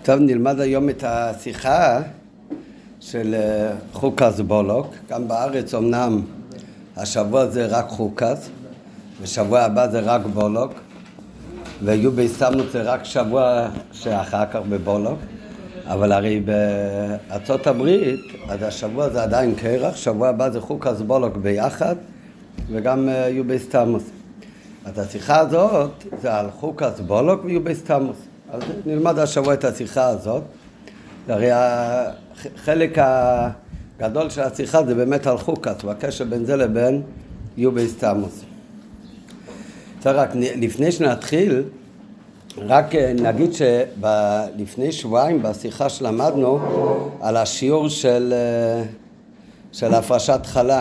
טוב, נלמד היום את השיחה של חוקס בולוק. גם בארץ אמנם השבוע זה רק חוקס, ושבוע הבא זה רק בולוק, ויהיו בהסתמנות זה רק שבוע שאחר כך בבולוק. אבל הרי בארצות הברית, אז השבוע זה עדיין קרח, שבוע הבא זה חוקס בולוק ביחד, וגם יהיו בהסתמנות. אז השיחה הזאת זה על חוקס בולוק ויהיו בהסתמנות. אז נלמד השבוע את השיחה הזאת. הרי החלק הגדול של השיחה זה באמת על חוקס, והקשר בין זה לבין יהיו בהסתמנות. רק לפני שנתחיל, רק נגיד שלפני שבועיים בשיחה שלמדנו על השיעור של הפרשת חלה.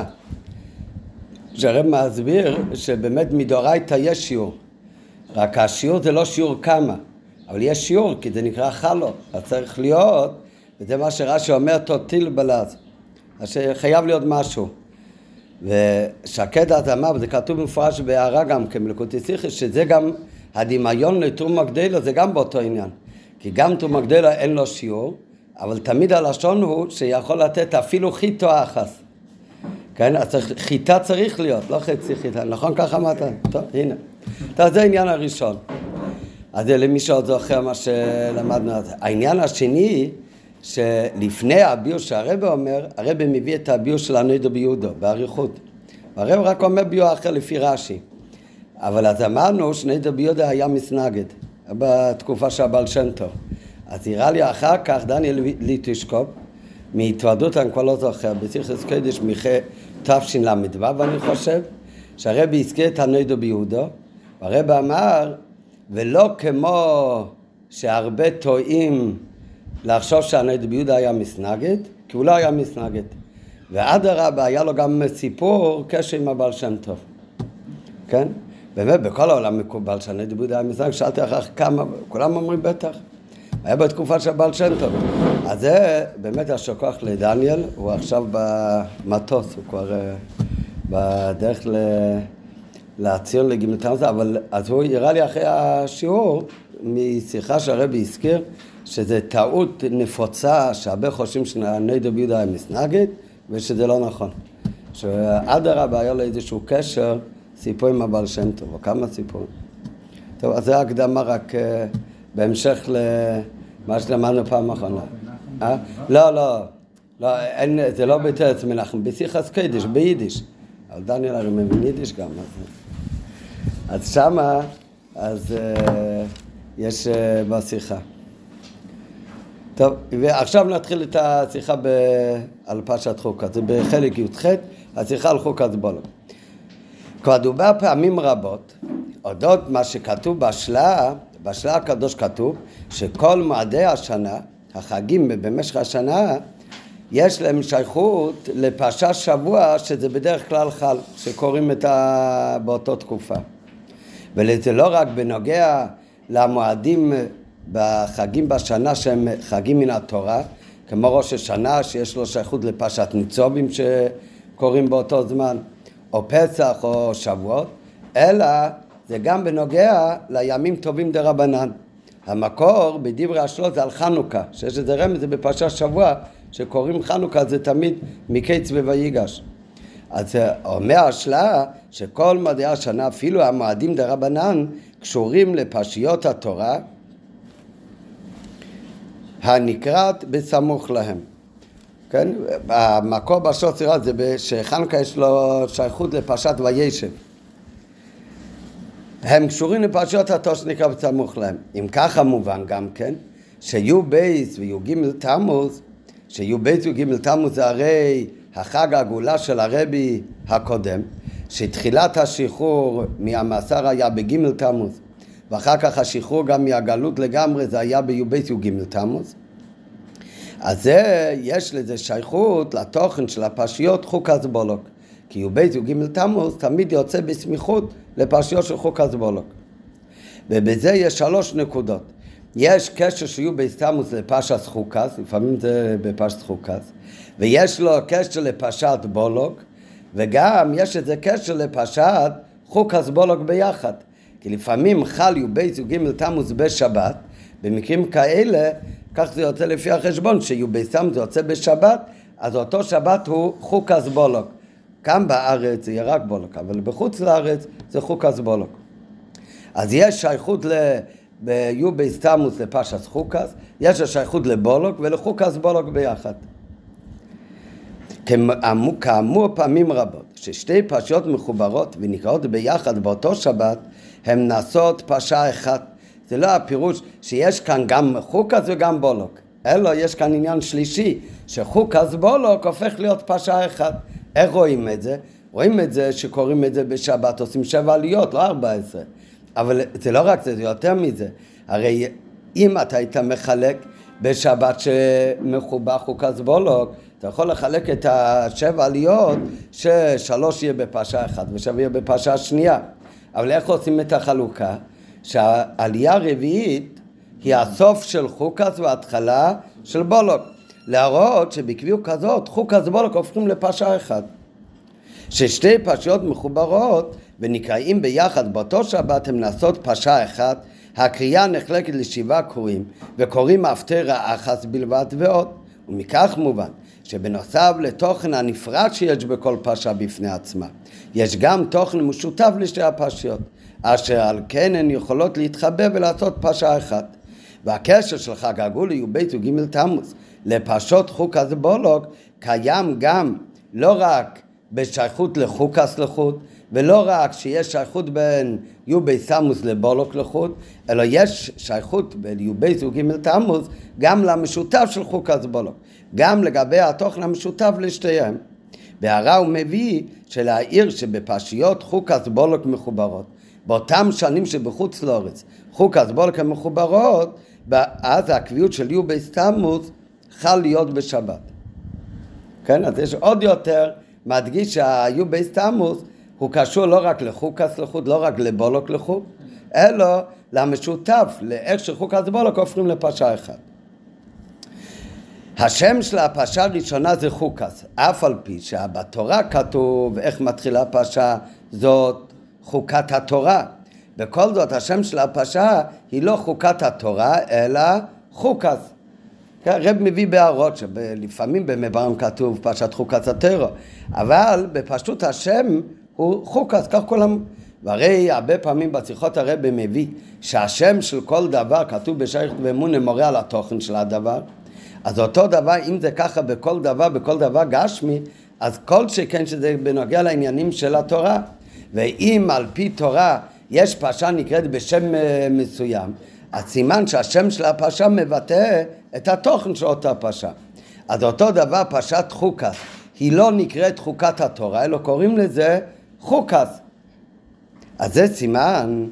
שהרב מסביר שבאמת מדאורייתא יש שיעור. רק השיעור זה לא שיעור כמה, אבל יש שיעור כי זה נקרא חלו. אז צריך להיות, וזה מה שרש"י אומר תוטיל בלז. אז שחייב להיות משהו. ושקד אז אמר, וזה כתוב במפורש בהערה גם כמלכותי שיחי, שזה גם הדמיון לתרומה גדולה, זה גם באותו עניין. כי גם תרומה גדולה אין לו שיעור, אבל תמיד הלשון הוא שיכול לתת אפילו חיטו אחס. כן, אז חיטה צריך להיות, לא חצי חיטה, נכון ככה אמרת? טוב, הנה. טוב, זה העניין הראשון. אז זה למי שעוד זוכר מה שלמדנו. העניין השני, שלפני הביור שהרבא אומר, הרבא מביא את הביור של הנוידו ביהודו, באריכות. והרבא רק אומר ביור אחר לפי רש"י. אבל אז אמרנו שנוידו ביהודו היה מסנגד, בתקופה של הבעל שם טוב. אז נראה לי אחר כך דניאל ליטושקופ, מהתוועדות אני כבר לא זוכר, בסיכס קודש תשל"ו, ואני חושב שהרבא הזכיר את הנוידו ביהודו, והרבא אמר, ולא כמו שהרבה טועים לחשוב שהנוידו ביהודו היה מסנגד, כי הוא לא היה מסנגד. ואדרבה היה לו גם סיפור קשר עם הבעל שם טוב. כן? באמת בכל העולם מקובל שהנוידו ביהודו היה מסנגד, שאלתי אחר כמה, כולם אומרים בטח. היה בתקופה של הבעל שם טוב. אז זה באמת השכוח לדניאל, הוא עכשיו במטוס, הוא כבר בדרך להציון לגמלתם, אבל אז הוא יראה לי אחרי השיעור, משיחה שהרבי הזכיר, שזה טעות נפוצה, שהרבה חושבים שהנוידו ביהודו היה מסנגד, ושזה לא נכון. שאדרבה היה לו איזשהו קשר, סיפור עם הבעל שם טוב, או כמה סיפורים. טוב, אז זה הקדמה רק בהמשך למה שלמדנו פעם אחרונה. לא, זה לא בתרץ מנחם, בשיחס קודש, ביידיש. אבל דניאל הרי מבין יידיש גם. אז שמה, יש בשיחה. טוב, ועכשיו נתחיל את השיחה על פרשת חוקת. זה בחלק י"ח, השיחה על חוקת בולוק. כבר דובר פעמים רבות, אודות מה שכתוב בשלה הקדוש כתוב, שכל מועדי השנה, החגים במשך השנה, יש להם שייכות לפרשת שבוע, שזה בדרך כלל חל, שקוראים באותו תקופה. וזה לא רק בנוגע למועדים בחגים בשנה שהם חגים מן התורה, כמו ראש השנה שיש לו שייכות לפרשת ניצובים שקוראים באותו זמן, או פסח או שבועות, אלא זה גם בנוגע לימים טובים דרבנן. המקור בדברי השלוש זה על חנוכה, שיש איזה רמז, זה בפרשת שבוע, שקוראים חנוכה זה תמיד מקץ ויגש. אז אומר השלה שכל מועדי השנה, אפילו המועדים דרבנן, קשורים לפרשיות התורה, הנקראת בסמוך להם. כן? המקור בשלוש זה שחנוכה יש לו שייכות לפרשת וישב. הם קשורים לפרשיות התורה שנקרא בסמוך להם. אם ככה מובן גם כן, שיהיו בייס ויהיו ג' תמוז, שיהיו בייס ויהיו ג' תמוז זה הרי החג הגאולה של הרבי הקודם, שתחילת השחרור מהמאסר היה בג' תמוז, ואחר כך השחרור גם מהגלות לגמרי זה היה ביהיו בייס ויהיו ג' תמוז. אז זה, יש לזה שייכות לתוכן של הפרשיות חוקת בולוק. כי יהיו בייס ויהיו ג' תמוז תמיד יוצא בסמיכות לפרשיות של חוקת בולוק. ובזה יש 3 נקודות. יש קשר שיהיו בייס תמוז לפרשת חוקת, לפעמים זה בפרשת חוקת, ויש לו קשר לפרשת בולוק, וגם יש איזה קשר לפרשת חוקת בולוק ביחד. כי לפעמים חל יהיו בייס ויהיו ג' תמוז בשבת, במקרים כאלה כך זה יוצא לפי החשבון, שיהיו בסתם זה יוצא בשבת, אז אותו שבת הוא חוקס בולוק. כאן בארץ זה יהיה רק בולוק, אבל בחוץ לארץ זה חוקס בולוק. אז יש שייכות ביהיו בסתמוס לפשס חוקס, יש שייכות לבולוק ולחוקס בולוק ביחד. כאמור פעמים רבות, ששתי פרשיות מחוברות ונקראות ביחד באותו שבת, הן נעשות פרשה אחת. זה לא הפירוש שיש כאן גם חוקס וגם בולוק, אלא יש כאן עניין שלישי, שחוקס בולוק הופך להיות פרשה אחת. איך רואים את זה? רואים את זה שקוראים את זה בשבת, עושים 7 עליות, לא 14. אבל זה לא רק זה, זה יותר מזה. הרי אם אתה היית מחלק בשבת שמחובר חוקס בולוק, אתה יכול לחלק את 7 עליות, ש3 יהיה בפרשה אחת ו7 יהיה בפרשה שנייה. אבל איך עושים את החלוקה? שהעלייה הרביעית היא הסוף של חוקס וההתחלה של בולוק. להראות שבקביעות כזאת חוקס בולוק הופכים לפרשה אחת. ששתי פרשיות מחוברות ונקראים ביחד באותו שבת הם נעשות פרשה אחת, הקריאה נחלקת ל7 קוראים, וקוראים הפטרה אחת בלבד ועוד. ומכך מובן שבנוסף לתוכן הנפרד שיש בכל פרשה בפני עצמה, יש גם תוכן משותף לשתי הפרשיות, אשר על כן הן יכולות להתחבר ולעשות פרשה אחת. והקשר של חג הגאולה י"ב וג' תמוז לפרשות חוקס בולוק קיים גם לא רק בשייכות לחוקס לחוד, ולא רק שיש שייכות בין י"ב תמוז לבולוק לחוד, אלא יש שייכות בין י"ב וג' תמוז גם למשותף של חוקס בולוק, גם לגבי התוכן המשותף לשתיהם. בהערה הוא מביא שלהעיר שבפרשיות חוקס בולוק מחוברות, באותם שנים שבחוץ לארץ חוקס בולוק המחוברות, אז הקביעות של י"ב תמוז חל להיות בשבת. כן? אז יש עוד יותר מדגיש שהי"ב תמוז הוא קשור לא רק לחוקס לחוד, לא רק לבולוק לחוד, אלא למשותף, לאיך שחוקס בולוק הופכים לפרשה אחת. השם של הפרשה הראשונה זה חוקס, אף על פי שבתורה כתוב איך מתחילה הפרשה, זאת חוקת התורה. בכל זאת השם של הפרשה היא לא חוקת התורה אלא חוקס. רב מביא בהערות שלפעמים במברם כתוב פרשת חוקת התורה, אבל בפשטות השם הוא חוקס, כך כולם. והרי הרבה פעמים בשיחות הרב מביא שהשם של כל דבר כתוב בשייכות ואמונה מורה על התוכן של הדבר. אז אותו דבר, אם זה ככה בכל דבר גשמי, אז כל שכן שזה בנוגע לעניינים של התורה. ואם על פי תורה יש פרשה נקראת בשם מסוים, אז סימן שהשם של הפרשה מבטא את התוכן של אותה פרשה. אז אותו דבר פרשת חוקס, היא לא נקראת חוקת התורה, אלא קוראים לזה חוקס. אז זה סימן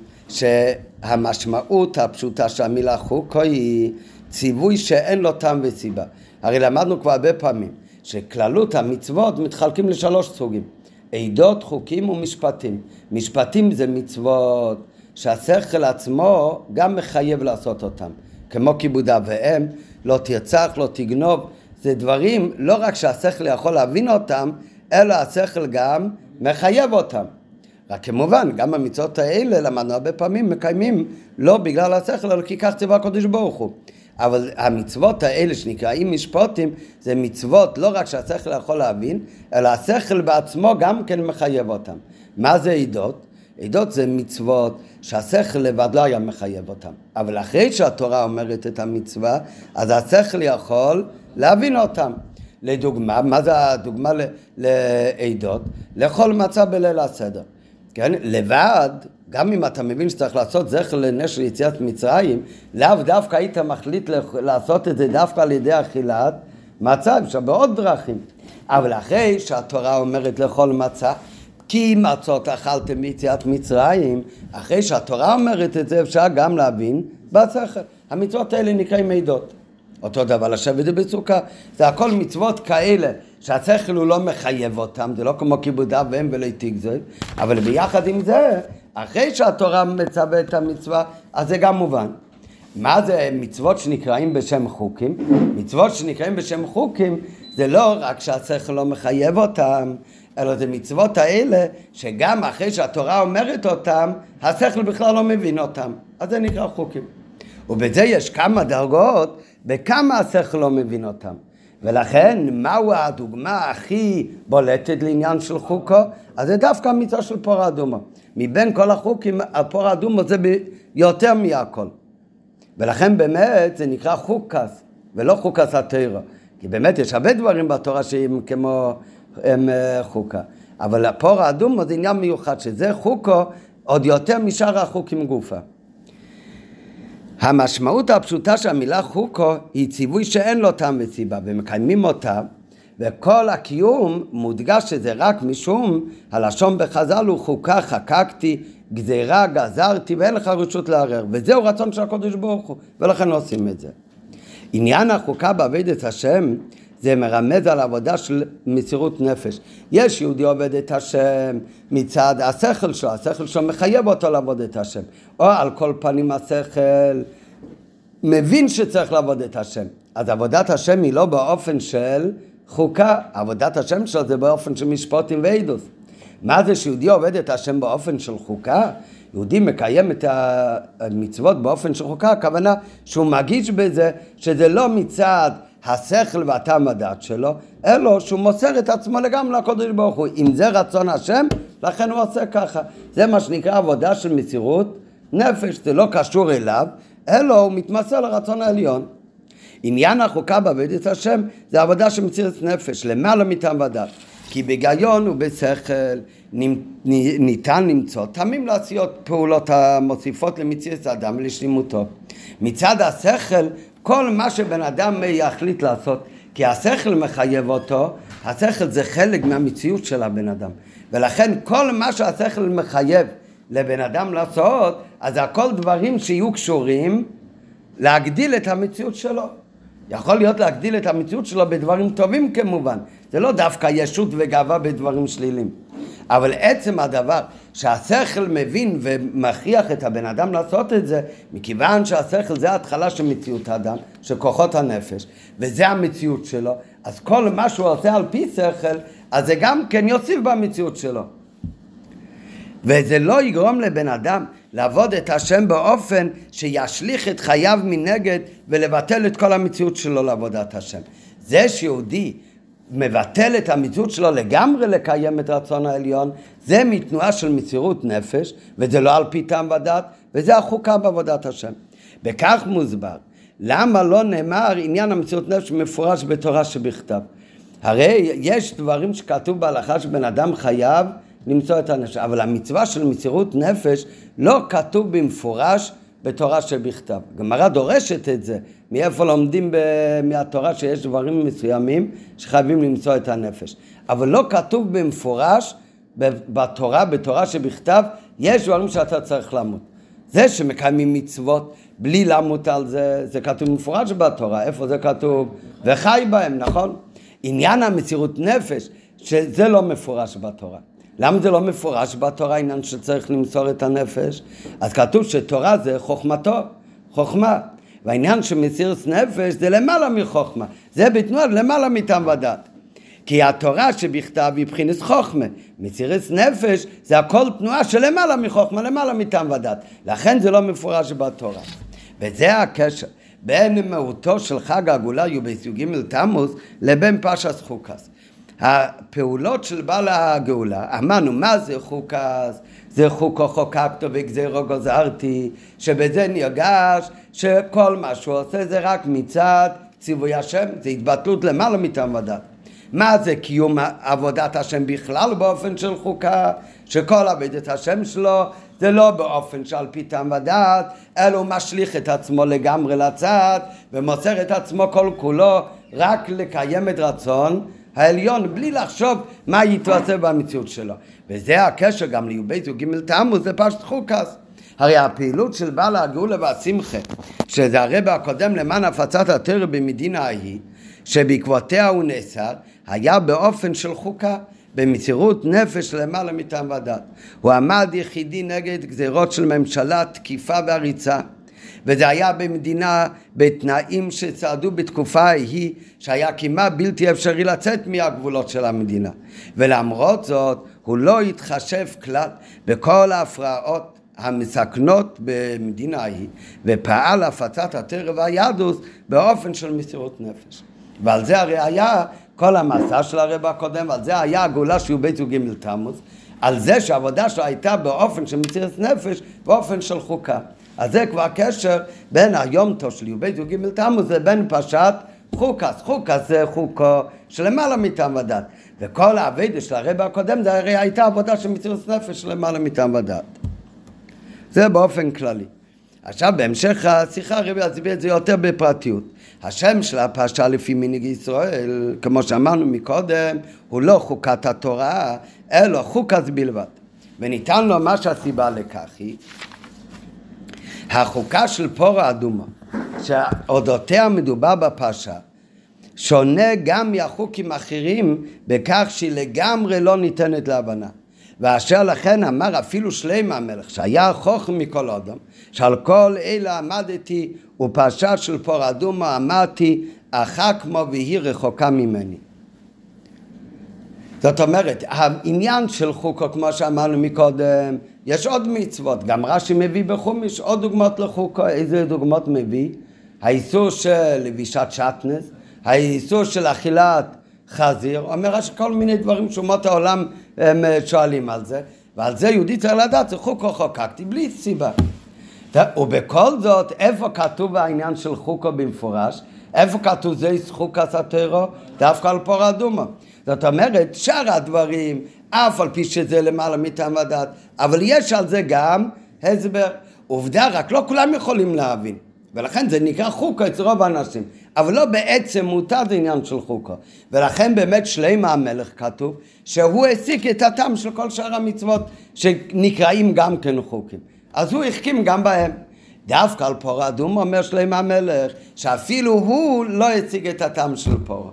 שהמשמעות הפשוטה של המילה חוקו היא ציווי שאין לו טעם וסיבה. הרי למדנו כבר הרבה פעמים שכללות המצוות מתחלקים ל3 סוגים, עדות, חוקים ומשפטים. משפטים זה מצוות שהשכל עצמו גם מחייב לעשות אותם, כמו כיבוד אב ואם, לא תרצח, לא תגנוב. זה דברים לא רק שהשכל יכול להבין אותם, אלא השכל גם מחייב אותם. רק כמובן, גם המצוות האלה למדנו הרבה פעמים מקיימים לא בגלל השכל, אלא כי כך ציווה הקדוש ברוך הוא. אבל המצוות האלה שנקראים משפטים, זה מצוות לא רק שהשכל יכול להבין, אלא השכל בעצמו גם כן מחייב אותם. מה זה עדות? עדות זה מצוות שהשכל לבד לא היה מחייב אותם. אבל אחרי שהתורה אומרת את המצווה, אז השכל יכול להבין אותם. לדוגמה, מה זה הדוגמה לעדות? לכל מצב בליל הסדר. כן? לבד, גם אם אתה מבין שצריך לעשות זכר לנס של יציאת מצרים, לאו דווקא היית מחליט לעשות את זה דווקא על ידי אכילת מצה, אפשר בעוד דרכים. אבל אחרי שהתורה אומרת לכל מצה, כי מצות אכלתם ביציאת מצרים, אחרי שהתורה אומרת את זה אפשר גם להבין בשכל. המצוות האלה נקראים עדות. אותו דבר לשבת בסוכה, זה הכל מצוות כאלה שהשכל הוא לא מחייב אותם, זה לא כמו כיבוד אב ואם ולא תגזול, אבל ביחד עם זה, אחרי שהתורה מצווה את המצווה, אז זה גם מובן. מה זה מצוות שנקראים בשם חוקים? מצוות שנקראים בשם חוקים זה לא רק שהשכל לא מחייב אותם, אלא זה מצוות האלה שגם אחרי שהתורה אומרת אותם, השכל בכלל לא מבין אותם. אז זה נקרא חוקים. ובזה יש כמה דרגות וכמה השכל לא מבין אותם. ולכן, מהו הדוגמה הכי בולטת לעניין של חוקו? אז זה דווקא המצווה של פור אדומו. מבין כל החוקים, הפור אדומו זה יותר מהכל. ולכן באמת זה נקרא חוקס, ולא חוקס התורה. כי באמת יש הרבה דברים בתורה שהם כמו חוקה. אבל הפור האדומו זה עניין מיוחד, שזה חוקו עוד יותר משאר החוקים גופה. המשמעות הפשוטה של המילה חוקו היא ציווי שאין לו טעם וסיבה, ומקיימים אותה, וכל הקיום מודגש שזה רק משום הלשון בחז"ל הוא חוקה, חקקתי, גזירה, גזרתי, ואין לך רשות לערער. וזהו רצון של הקדוש ברוך הוא, ולכן עושים את זה. עניין החוקה בעבודת השם זה מרמז על עבודה של מסירות נפש. יש יהודי עובד את השם מצד השכל שלו מחייב אותו לעבוד את השם. או על כל פנים השכל מבין שצריך לעבוד את השם. אז עבודת השם היא לא באופן של חוקה, עבודת השם שלו זה באופן של משפטים ועדות. מה זה שיהודי עובד את השם באופן של חוקה? יהודי מקיים את המצוות באופן של חוקה, הכוונה שהוא מגיש בזה שזה לא מצד השכל והטעם הדעת שלו, אלא שהוא מוסר את עצמו לגמרי לקדוש ברוך הוא. אם זה רצון השם, לכן הוא עושה ככה. זה מה שנקרא עבודה של מסירות נפש, זה לא קשור אליו, אלא הוא מתמסר לרצון העליון. עניין החוקה בעבודת השם זה עבודה של מסירות נפש, למעלה מטעם ודעת. כי בגיון ובשכל ניתן למצוא תמים לעשות פעולות המוסיפות למציאות האדם ולשלימותו. מצד השכל, כל מה שבן אדם יחליט לעשות, כי השכל מחייב אותו, השכל זה חלק מהמציאות של הבן אדם. ולכן כל מה שהשכל מחייב לבן אדם לעשות, אז הכל דברים שיהיו קשורים להגדיל את המציאות שלו. יכול להיות להגדיל את המציאות שלו בדברים טובים כמובן. זה לא דווקא ישות וגאווה בדברים שלילים. אבל עצם הדבר שהשכל מבין ומכריח את הבן אדם לעשות את זה, מכיוון שהשכל זה ההתחלה של מציאות האדם, של כוחות הנפש, וזה המציאות שלו, אז כל מה שהוא עושה על פי שכל, אז זה גם כן יוסיף במציאות שלו. וזה לא יגרום לבן אדם לעבוד את השם באופן שישליך את חייו מנגד ולבטל את כל המציאות שלו לעבודת השם. זה שיהודי מבטל את המציאות שלו לגמרי לקיים את רצון העליון, זה מתנועה של מסירות נפש, וזה לא על פי טעם ודעת, וזה החוקה בעבודת השם. בכך מוסבר, למה לא נאמר עניין המסירות נפש מפורש בתורה שבכתב? הרי יש דברים שכתוב בהלכה שבן אדם חייב למצוא את הנפש, אבל המצווה של מסירות נפש לא כתוב במפורש בתורה שבכתב. גמרא דורשת את זה. מאיפה לומדים מהתורה שיש דברים מסוימים שחייבים למצוא את הנפש. אבל לא כתוב במפורש בתורה שבכתב, יש דברים שאתה צריך למות. זה שמקיימים מצוות בלי למות על זה, זה כתוב מפורש בתורה. איפה זה כתוב? וחי בהם, נכון? עניין המסירות נפש, שזה לא מפורש בתורה. למה זה לא מפורש בתורה, עניין שצריך למסור את הנפש? אז כתוב שתורה זה חוכמתו, חוכמה. והעניין שמסירות נפש זה למעלה מחוכמה. זה בתנועה למעלה מטעם ודעת. כי התורה שבכתב היא בחינת חוכמה. מסירות נפש זה הכל תנועה של למעלה מחוכמה, למעלה מטעם ודעת. לכן זה לא מפורש בתורה. וזה הקשר בין מהותו של חג הגאולה י"ב י"ג תמוז לבין פרשת חוקת. הפעולות של בעל הגאולה, אמרנו מה זה חוקת? זה חוקו חוקקתו וגזירו גזרתי, שבזה נרגש שכל מה שהוא עושה זה רק מצד ציווי השם, זה התבטלות למעלה מטעם ודעת. מה זה קיום עבודת השם בכלל באופן של חוקה? שכל עבודת השם שלו זה לא באופן שעל פי טעם ודעת, אלא הוא משליך את עצמו לגמרי לצד ומוסר את עצמו כל כולו רק לקיים את רצון העליון בלי לחשוב מה יתווסף במציאות שלו. וזה הקשר גם לי"ב י"ג תמוז, זה פשט חוקת. הרי הפעילות של בעל הגאולה והשמחה, שזה הרב הקודם למען הפצת התורה במדינה ההיא, שבעקבותיה הוא נאסר, היה באופן של חוקה, במסירות נפש למעלה מטעם ודעת. הוא עמד יחידי נגד גזירות של ממשלה, תקיפה והריצה. וזה היה במדינה בתנאים שצעדו בתקופה ההיא שהיה כמעט בלתי אפשרי לצאת מהגבולות של המדינה. ולמרות זאת הוא לא התחשב כלל בכל ההפרעות המסכנות במדינה ההיא, ופעל הפצת התורה והיהדות באופן של מסירות נפש. ועל זה הרי היה כל המסע של הרב הקודם, ועל זה היה הגאולה שהוא בית ג' תמוז, על זה שהעבודה שלו הייתה באופן של מסירות נפש, באופן של חוקה. אז זה כבר קשר בין היום טוב של י"ב ג' תמוז לבין פרשת חוקס. חוקס זה חוקו שלמעלה מטעם ודעת. וכל העבודה של הרב הקודם זה הרי הייתה עבודה של מסירות נפש שלמעלה מטעם ודעת. זה באופן כללי. עכשיו בהמשך השיחה הרב יסביר את זה יותר בפרטיות. השם של הפרשה לפי מנהיג ישראל, כמו שאמרנו מקודם, הוא לא חוקת התורה, אלא חוקס בלבד. וניתן לו מה שהסיבה לכך היא, החוקה של פורה אדומה, שאודותיה מדובר בפרשה, שונה גם מהחוקים אחרים בכך שהיא לגמרי לא ניתנת להבנה. ואשר לכן אמר אפילו שלמה המלך, שהיה חוכם מכל אדם, שעל כל אלה עמדתי ופרשה של פורה אדומה אמרתי, אחר כמו והיא רחוקה ממני. זאת אומרת, העניין של חוקו, כמו שאמרנו מקודם, יש עוד מצוות, גם רש"י מביא בחומש עוד דוגמאות לחוקו. איזה דוגמאות מביא? האיסור של לבישת שטנז, האיסור של אכילת חזיר, אומר שכל מיני דברים שאומות העולם שואלים על זה, ועל זה יהודי צריך לדעת, זה חוקו חוקקתי בלי סיבה. ובכל זאת, איפה כתוב העניין של חוקו במפורש? איפה כתוב זה חוקת התורה? דווקא על פורה אדומה. זאת אומרת, שאר הדברים, אף על פי שזה למעלה מטעם ודעת, אבל יש על זה גם הסבר. עובדה, רק לא כולם יכולים להבין. ולכן זה נקרא חוקה אצל רוב האנשים. אבל לא בעצם מותר זה עניין של חוקה. ולכן באמת שלמה המלך כתוב, שהוא הסיק את הטעם של כל שאר המצוות, שנקראים גם כן חוקים. אז הוא החכים גם בהם. דווקא על פורה אדומה אומר שלמה המלך, שאפילו הוא לא הציג את הטעם של פורה.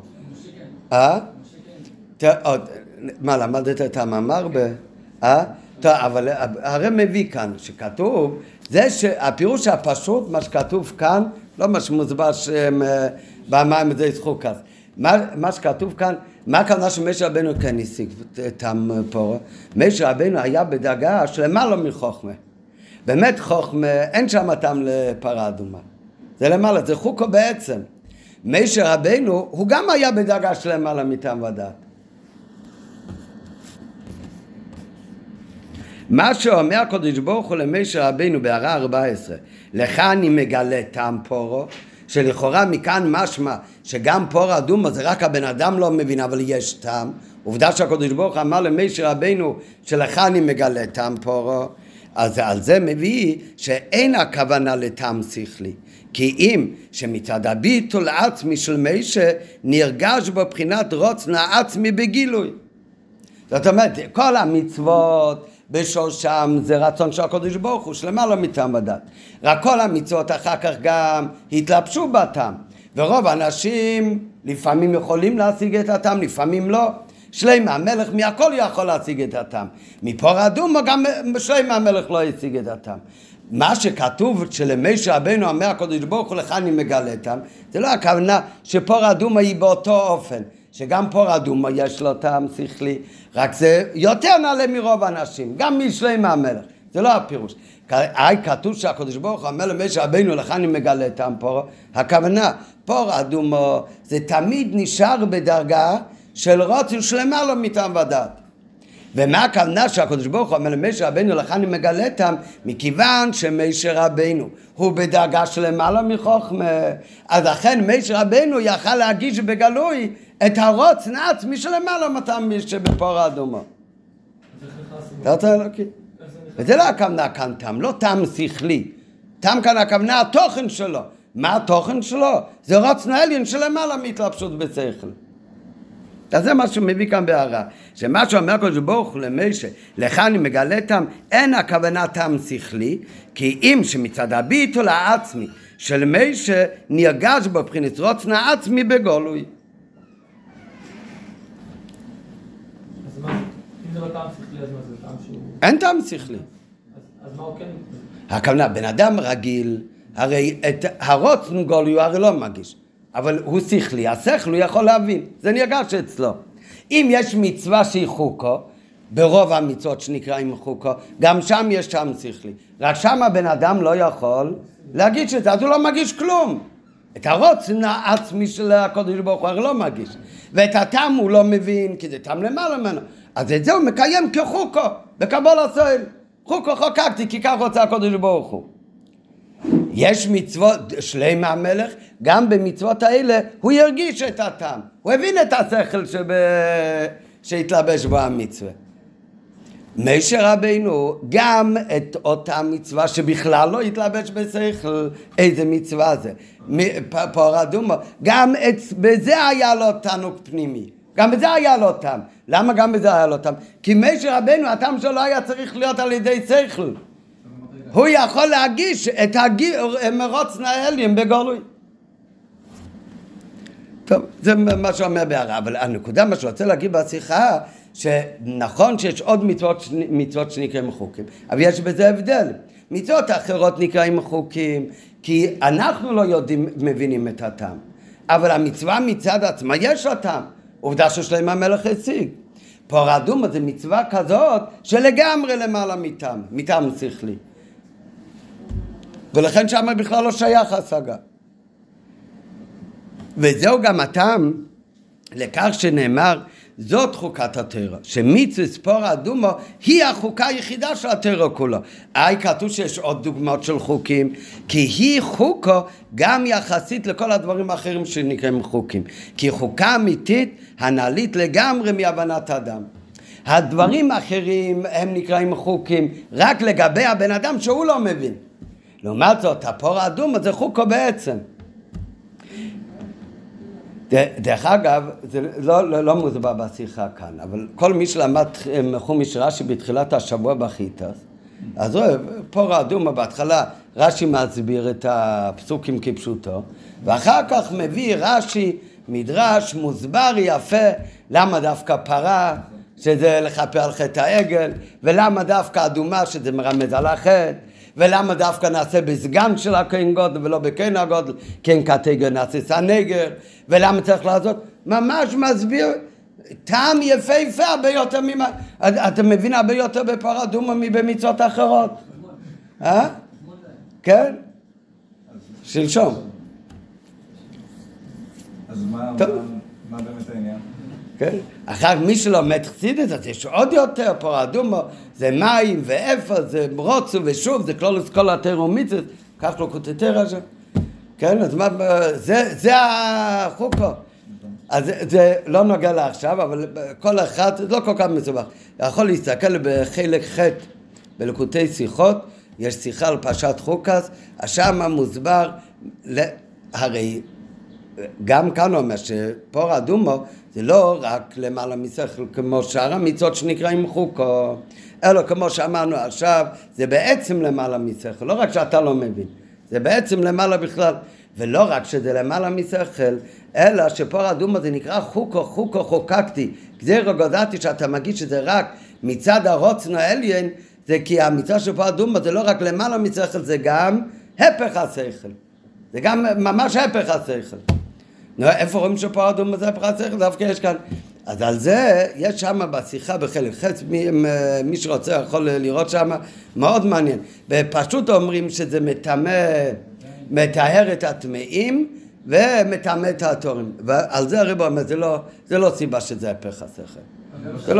מה, למדת את המאמר טוב, אבל הרי מביא כאן שכתוב, זה שהפירוש הפשוט, מה שכתוב כאן, לא מה שמוסבר במים זה ישחוק אז. מה שכתוב כאן, מה הכוונה שמשה רבנו כן השיג את הפורה? משה רבנו היה בדרגה שלמעלה מחוכמה. באמת חוכמה, אין שם טעם לפרה אדומה. זה למעלה, זה חוקו בעצם. משה רבנו, הוא גם היה בדרגה שלמעלה מטעם ודעת. מה שאומר הקדוש ברוך הוא למשה רבנו בהערה 14, לך אני מגלה טעם פורו, שלכאורה מכאן משמע שגם פורה אדומה זה רק הבן אדם לא מבין, אבל יש טעם. עובדה שהקדוש ברוך הוא אמר למשה רבנו שלך אני מגלה טעם פורו, אז על זה מביא שאין הכוונה לטעם שכלי. כי אם שמצד הביטול עצמי של משה נרגש בבחינת רוצנה עצמי בגילוי. זאת אומרת, כל המצוות בשורשם זה רצון של הקדוש ברוך הוא, שלמעלה מטעם ודעת. רק כל המצוות אחר כך גם התלבשו בטעם. ורוב האנשים לפעמים יכולים להשיג את הטעם, לפעמים לא. שלמה המלך מהכל יכול להשיג את הטעם. מפורה אדומה גם שלמה המלך לא ישיג את הטעם. מה שכתוב שלמשה רבנו אומר הקדוש ברוך הוא לך אני מגלה טעם, זה לא הכוונה שפורה אדומה היא באותו אופן, שגם פורה אדומה יש לו טעם שכלי, רק זה יותר נעלה מרוב האנשים, גם משלמה המלך, זה לא הפירוש. כתוב שהקדוש ברוך הוא אומר למשה רבנו לך אני מגלה טעם פורה, הכוונה פורה אדומה זה תמיד נשאר בדרגה של רוצן שלמעלה מטעם ודעת. ומה הכוונה שהקדוש ברוך הוא אומר למשה רבנו לך אני מגלה טעם, מכיוון שמשה רבנו הוא בדרגה שלמעלה מחוכמה, אז לכן משה רבנו יכל להגיש בגלוי את הרוצן עצמי שלמעלה מטעם שבפורה אדומה. וזה לא הכוונה כאן טעם, לא טעם שכלי. טעם כאן הכוונה התוכן שלו. מה התוכן שלו? זה רוצן עליון שלמעלה מתלבשות בשכל. אז זה מה שמביא כאן בהערה, שמה שאומר הקדוש ברוך הוא למשה, לך אני מגלה טעם, אין הכוונה טעם שכלי, כי אם שמצד הביטול העצמי של משה נרגש בבחינת רוצן העצמי בגלוי. אז מה, אם זה לא טעם שכלי, אז מה זה טעם שהוא... אין טעם שכלי. אז מה הוא כן? הכוונה, בן אדם רגיל, הרי את הרוצן גלוי הוא הרי לא מגיש. אבל הוא שכלי, השכל הוא יכול להבין, זה נרגש אצלו. אם יש מצווה שהיא חוקו, ברוב המצוות שנקראים חוקו, גם שם יש טעם שכלי. רק שם הבן אדם לא יכול להגיש את זה, אז הוא לא מגיש כלום. את הרוצן העצמי של הקודש ברוך הוא לא מגיש. ואת הטעם הוא לא מבין, כי זה טעם למעלה ממנו. אז את זה הוא מקיים כחוקו, בקבול הסוהל. חוקו חוקקתי, כי כך רוצה הקודש ברוך הוא. יש מצוות שלמה המלך, גם במצוות האלה הוא ירגיש את הטעם. הוא הבין את השכל שהתלבש בו המצווה. משה רבינו גם את אותה מצווה שבכלל לא התלבש בשכל, איזה מצווה זה? פור אדומו, גם בזה היה לו תענוג פנימי. גם בזה היה לו טעם. למה גם בזה היה לו טעם? כי משה רבינו, הטעם שלו היה צריך להיות על ידי שכל. הוא יכול להגיש את מרוץ נהלים בגלוי. טוב, זה מה שאומר בהערה, אבל הנקודה, מה שרוצה להגיד בשיחה, שנכון שיש עוד מצוות שנקראים חוקים, אבל יש בזה הבדל. מצוות אחרות נקראים חוקים, כי אנחנו לא יודעים, מבינים את הטעם. אבל המצווה מצד עצמה יש לה טעם. עובדה ששלמה המלך הציג. פור אדומו זה מצווה כזאת שלגמרי למעלה מטעם שכלי. ולכן שם בכלל לא שייך השגה. וזהו גם הטעם לכך שנאמר, זאת חוקת התורה, שמצוות פור אדומו היא החוקה היחידה של התורה כולו. כתוב שיש עוד דוגמאות של חוקים, כי היא חוקו גם יחסית לכל הדברים האחרים שנקראים חוקים. כי חוקה אמיתית הנעלית לגמרי מהבנת האדם. הדברים האחרים הם נקראים חוקים רק לגבי הבן אדם שהוא לא מבין. לעומת זאת, הפור אדומו זה חוקו בעצם. דרך אגב, זה לא מוסבר בשיחה כאן, אבל כל מי שלמד חומש רש"י בתחילת השבוע בחיטה, אז רואה, פור אדומו בהתחלה רש"י מסביר את הפסוקים כפשוטו, ואחר כך מביא רש"י מדרש מוסבר יפה, למה דווקא פרה, שזה לכפר על חטא העגל, ולמה דווקא אדומה, שזה מרמז על החטא, ולמה דווקא נעשה בסגן של הכהן גודל ולא בכהן הגודל, כהן קטגר נעשה סנגר, ולמה צריך לעשות? ממש מסביר טעם יפהפה הרבה יותר אתה מבין הרבה יותר בפור אדומו מבמצוות אחרות. כן? שלשום. אז מה באמת העניין? כן? אחר מי שלומד חסידות, אז יש עוד יותר, פור אדומו זה מים ואפר, זה רוצו ושוב, זה כל התורה ומצוות, כך לא כותתר הזה. כן, אז מה, זה החוקו. אז זה לא נוגע לעכשיו, אבל כל אחד, לא כל כך מסובך. יכול להסתכל בחלק ח' בליקוטי שיחות, יש שיחה על פרשת חוקס, שם מוסבר, הרי גם כאן אומר שפור אדומו זה לא רק למעלה משכל כמו שאר המצוות שנקראים חוקו, אלא כמו שאמרנו עכשיו, זה בעצם למעלה משכל, לא רק שאתה לא מבין, זה בעצם למעלה בכלל, ולא רק שזה למעלה משכל, אלא שפור אדומו זה נקרא חוקו חוקקתי, גזירו גזרתי שאתה מגיש שזה רק מצד הרוצן העליון, זה כי המצווה של פור אדומו זה לא רק למעלה משכל, זה גם הפך השכל, זה גם ממש הפך השכל. איפה רואים שפור אדומו זה הפך השכל? דווקא יש כאן. אז על זה יש שם בשיחה בחלק חץ, מי שרוצה יכול לראות שם, מאוד מעניין. ופשוט אומרים שזה מטהר את הטמאים ומטמא את התורים. ועל זה הרב אומר, זה לא סיבה שזה הפך השכל.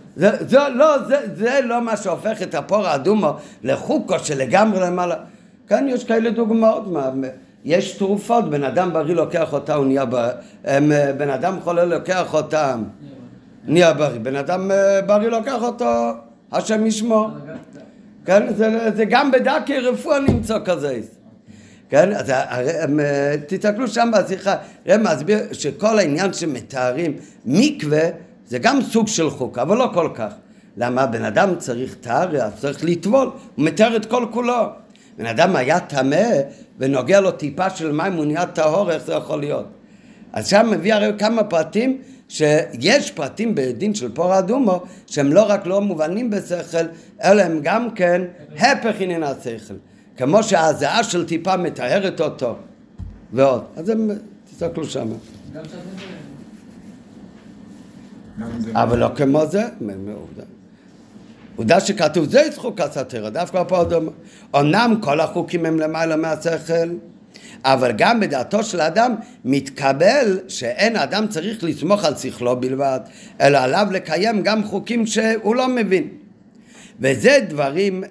זה לא מה שהופך את הפור אדומו לחוקו שלגמרי למעלה. כאן יש כאלה דוגמאות, יש תרופות, בן אדם בריא לוקח אותה, הוא נהיה בריא, בן אדם חולה לוקח אותה, נהיה בריא, בן אדם בריא לוקח אותו, השם ישמור. כן, זה גם בדרכי רפואה נמצא כזה. כן, אז תסתכלו שם בשיחה, רב מסביר שכל העניין שמתארים מקווה, זה גם סוג של חוק, אבל לא כל כך. למה? בן אדם צריך תאר, צריך לטבול, הוא מתאר את כל כולו. בן אדם היה טמא ונוגע לו טיפה של מים, הוא נהיה טהור, איך זה יכול להיות? אז שם מביא הרי כמה פרטים, שיש פרטים בדין של פור אדומו, שהם לא רק לא מובנים בשכל, אלא הם גם כן הפך עניין השכל. כמו שהזעה של טיפה מטהרת אותו, ועוד. אז הם תסתכלו שם. גם שזה... אבל לא כמו זה, עובדה שכתוב זה חוקת התורה, דווקא פה אומנם כל החוקים הם למעלה מהשכל, אבל גם בדעתו של האדם מתקבל שאין האדם צריך לסמוך על שכלו בלבד, אלא עליו לקיים גם חוקים שהוא לא מבין. וזה דברים,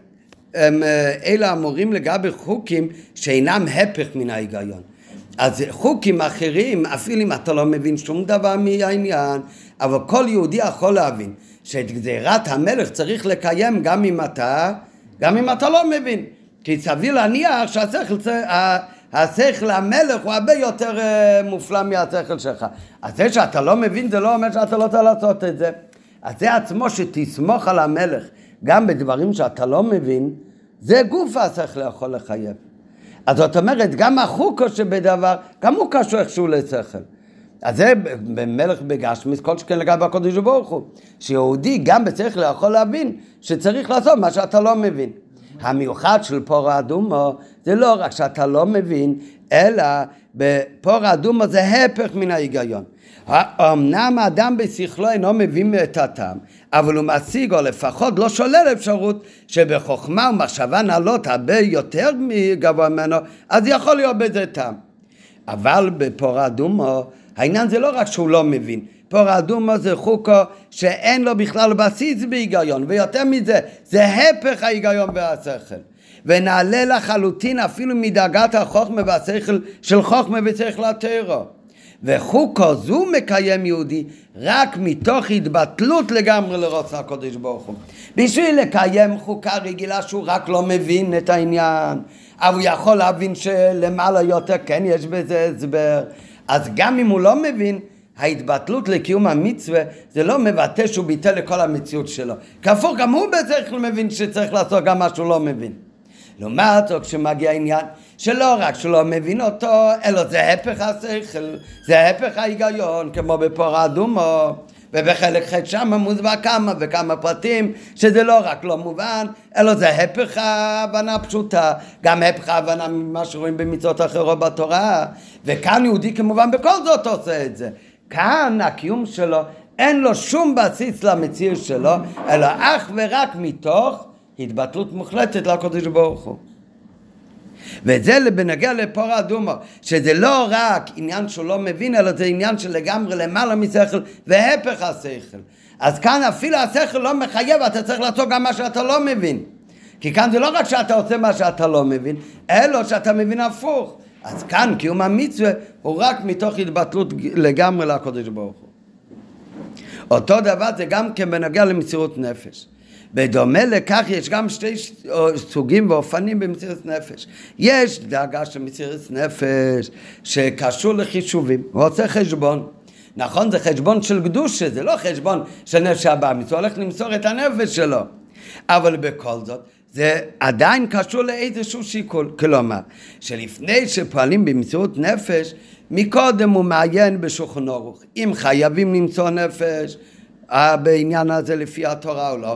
אלה אמורים לגבי חוקים שאינם הפך מן ההיגיון. אז חוקים אחרים, אפילו אם אתה לא מבין שום דבר מהעניין, אבל כל יהודי יכול להבין שאת גזירת המלך צריך לקיים גם אם אתה לא מבין. כי סביר להניח שהשכל המלך הוא הרבה יותר מופלא מהשכל שלך. אז זה שאתה לא מבין זה לא אומר שאתה לא צריך לעשות את זה. אז זה עצמו שתסמוך על המלך גם בדברים שאתה לא מבין, זה גוף השכל יכול לחייב. אז זאת אומרת, גם החוקו שבדבר, גם הוא קשור איכשהו לשכל. אז זה במלך בגשמיס, כל שכן לגבי הקודש ברוך הוא, שיהודי גם בשכל יכול להבין שצריך לעשות מה שאתה לא מבין. המיוחד של פור האדומו זה לא רק שאתה לא מבין, אלא בפור האדומו זה הפך מן ההיגיון. אמנם האדם בשכלו אינו מבין את הטעם, אבל הוא משיג או לפחות לא שולל אפשרות שבחוכמה ומחשבה נעלות הרבה יותר מגבוה ממנו, אז יכול להיות בזה טעם. אבל בפור האדומו העניין זה לא רק שהוא לא מבין, פור האדומו זה חוקו שאין לו בכלל בסיס בהיגיון, ויותר מזה זה הפך ההיגיון והשכל, ונעלה לחלוטין אפילו מדרגת החוכמה והשכל של חוכמה ושכל התורה. וחוקו זו מקיים יהודי רק מתוך התבטלות לגמרי לרצון הקדוש ברוך הוא. בשביל לקיים חוקה רגילה שהוא רק לא מבין את העניין, אבל הוא יכול להבין שלמעלה יותר כן יש בזה הסבר. אז גם אם הוא לא מבין, ההתבטלות לקיום המצווה זה לא מבטא שהוא ביטל לכל המציאות שלו. כפור גם הוא בצריך מבין שצריך לעשות גם מה שהוא לא מבין. לעומת זאת כשמגיע העניין שלא רק שלא מבין אותו, אלא זה הפך השכל, זה הפך ההיגיון, כמו בפור האדומו, ובחלק ח' שם מוסבר כמה וכמה פרטים, שזה לא רק לא מובן, אלא זה הפך ההבנה פשוטה, גם הפך ההבנה ממה שרואים במצוות אחרות בתורה, וכאן יהודי כמובן בכל זאת עושה את זה. כאן הקיום שלו אין לו שום בסיס למציאות שלו, אלא אך ורק מתוך התבטלות מוחלטת לקדוש ברוך הוא. וזה בנוגע לפור האדומו, שזה לא רק עניין שהוא לא מבין, אלא זה עניין שלגמרי למעלה משכל והפך השכל. אז כאן אפילו השכל לא מחייב, אתה צריך לעשות גם מה שאתה לא מבין. כי כאן זה לא רק שאתה עושה מה שאתה לא מבין, אלא שאתה מבין הפוך. אז כאן קיום המצווה הוא רק מתוך התבטלות לגמרי לקדוש ברוך הוא. אותו דבר זה גם כן בנוגע למסירות נפש. בדומה לכך יש גם שתי סוגים ואופנים במסירת נפש. יש דאגה של מסירת נפש שקשור לחישובים, הוא עושה חשבון. נכון, זה חשבון של קדושה, זה לא חשבון של נפש הבא, הוא הולך למסור את הנפש שלו. אבל בכל זאת, זה עדיין קשור לאיזשהו שיקול. כלומר, שלפני שפועלים במסירות נפש, מקודם הוא מעיין בשולחן ערוך. אם חייבים למסור נפש, בעניין הזה לפי התורה או לא.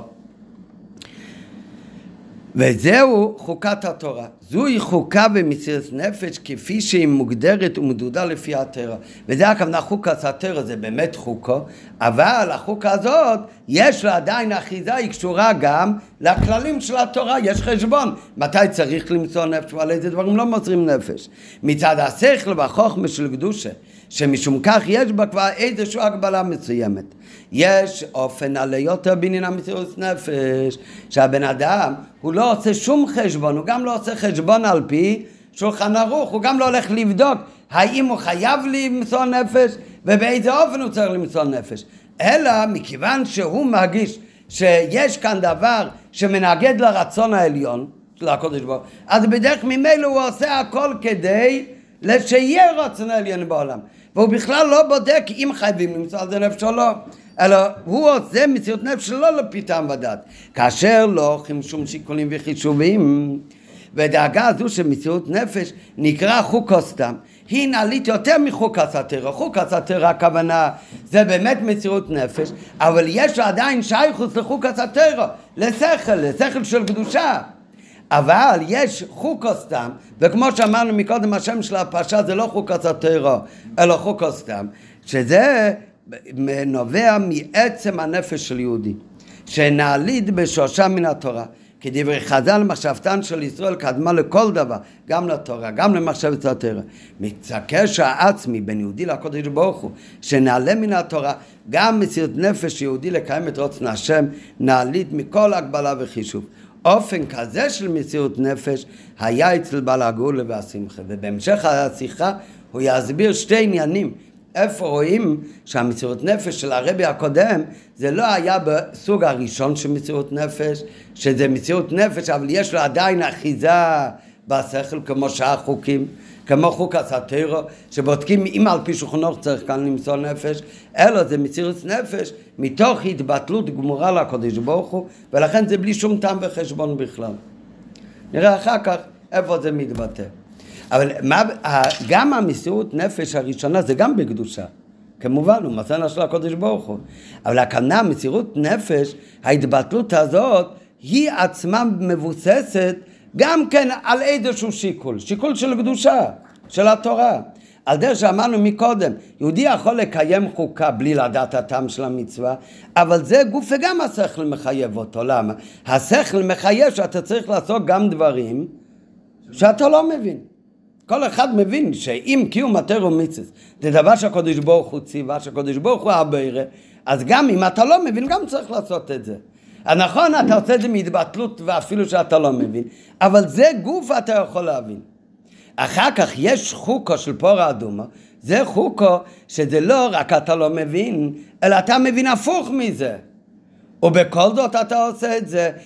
וזהו חוקת התורה. זוהי חוקה במסירת נפש כפי שהיא מוגדרת ומדודה לפי התורה. וזה הכוונה חוקת התורה, זה באמת חוקו, אבל החוקה הזאת יש לה עדיין אחיזה, היא קשורה גם לכללים של התורה, יש חשבון. מתי צריך למסור נפש ועל איזה דברים לא מוסרים נפש. מצד השכל והחוכמה של קדושה, שמשום כך יש בה כבר איזושהי הגבלה מסוימת. יש אופן על יותר בעניין המסירות נפש, שהבן אדם הוא לא עושה שום חשבון, הוא גם לא עושה חשבון על פי שולחן ערוך, הוא גם לא הולך לבדוק האם הוא חייב למסור נפש ובאיזה אופן הוא צריך למסור נפש, אלא מכיוון שהוא מרגיש שיש כאן דבר שמנגד לרצון העליון של הקדוש ברוך הוא, אז בדרך ממילא הוא עושה הכל כדי שיהיה רצון העליון בעולם, והוא בכלל לא בודק אם חייבים למסור על זה נפש או לא, אלא הוא עושה מציאות נפש שלא לפי טעם ודעת, כאשר לא הולכים שום שיקולים וחישובים. ודאגה הזו של מציאות נפש נקרא חוקו סתם, היא נעלית יותר מחוקת התורה. חוקת התורה הכוונה זה באמת מציאות נפש, אבל יש עדיין שייכות לחוקת התורה, לשכל של קדושה. אבל יש חוקו סתם, וכמו שאמרנו מקודם, השם של הפרשה זה לא חוקת התורה, אלא חוקו סתם, שזה נובע מעצם הנפש של יהודי. שנעליד בשורשה מן התורה. כדברי חז"ל, מחשבתן של ישראל קדמה לכל דבר, גם לתורה, גם למחשבת התורה. מתקשר העצמי בין יהודי לקודש ברוך הוא, שנעלה מן התורה, גם מסירות נפש יהודי לקיים את רצון השם, נעליד מכל הגבלה וחישוב. אופן כזה של מסירות נפש היה אצל בעל הגאולה והשמחה. ובהמשך השיחה הוא יסביר שתי עניינים. איפה רואים שהמסירות נפש של הרבי הקודם זה לא היה בסוג הראשון של מסירות נפש, שזה מסירות נפש אבל יש לו עדיין אחיזה בשכל כמו שאר חוקים, כמו חוק הסתירו שבודקים אם על פי שולחן ערוך צריך כאן למסור נפש, אלא זה מסירות נפש מתוך התבטלות גמורה לקדוש ברוך הוא, ולכן זה בלי שום טעם וחשבון בכלל. נראה אחר כך איפה זה מתבטא. אבל גם המסירות נפש הראשונה זה גם בקדושה, כמובן הוא מתנה של הקדוש ברוך הוא, אבל הכוונה מסירות נפש, ההתבטלות הזאת היא עצמה מבוססת גם כן על איזשהו שיקול של קדושה, של התורה. על דרך שאמרנו מקודם, יהודי יכול לקיים חוקה בלי לדעת הטעם של המצווה, אבל זה גוף וגם השכל מחייב אותו. למה? השכל מחייב שאתה צריך לעשות גם דברים שאתה לא מבין. כל אחד מבין שאם קיום התורה ומצוות זה דבר שהקדוש ברוך הוא ציווה, שהקדוש ברוך הוא הבורא, אז גם אם אתה לא מבין גם צריך לעשות את זה. נכון, אתה עושה את זה מהתבטלות ואפילו שאתה לא מבין, אבל זה גוף אתה יכול להבין. אחר כך יש חוקו של פור אדומה, זה חוקו שזה לא רק אתה לא מבין, אלא אתה מבין הפוך מזה. ובכל זאת אתה עושה את זה.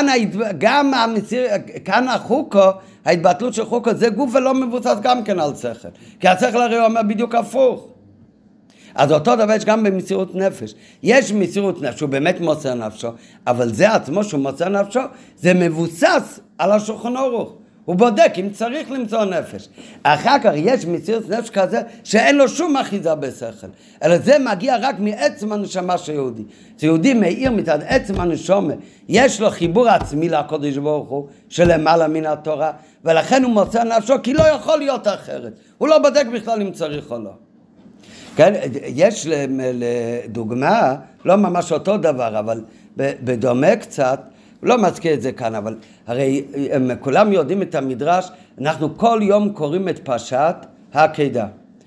כאן החוקו, ההתבטלות של חוקו, זה גוף ולא מבוסס גם כן על שכל. כי השכל הרי אומר בדיוק הפוך. אז אותו דבר יש גם במסירות נפש. יש מסירות נפש, הוא באמת מוסר נפשו, אבל זה עצמו שהוא מוסר נפשו, זה מבוסס על השולחן ערוך. הוא בודק אם צריך למצוא נפש. אחר כך יש מסירות נפש כזה שאין לו שום אחיזה בשכל, אלא זה מגיע רק מעצם הנשמה של יהודי. יהודי מאיר מצד עצם הנשמה, יש לו חיבור עצמי לקדוש ברוך הוא שלמעלה מן התורה, ולכן הוא מוסר נפשו כי לא יכול להיות אחרת. הוא לא בודק בכלל אם צריך או לא. כן, יש לדוגמה, לא ממש אותו דבר, אבל בדומה קצת, לא מזכיר את זה כאן, אבל הרי כולם יודעים את המדרש, אנחנו כל יום קוראים את פרשת העקדה.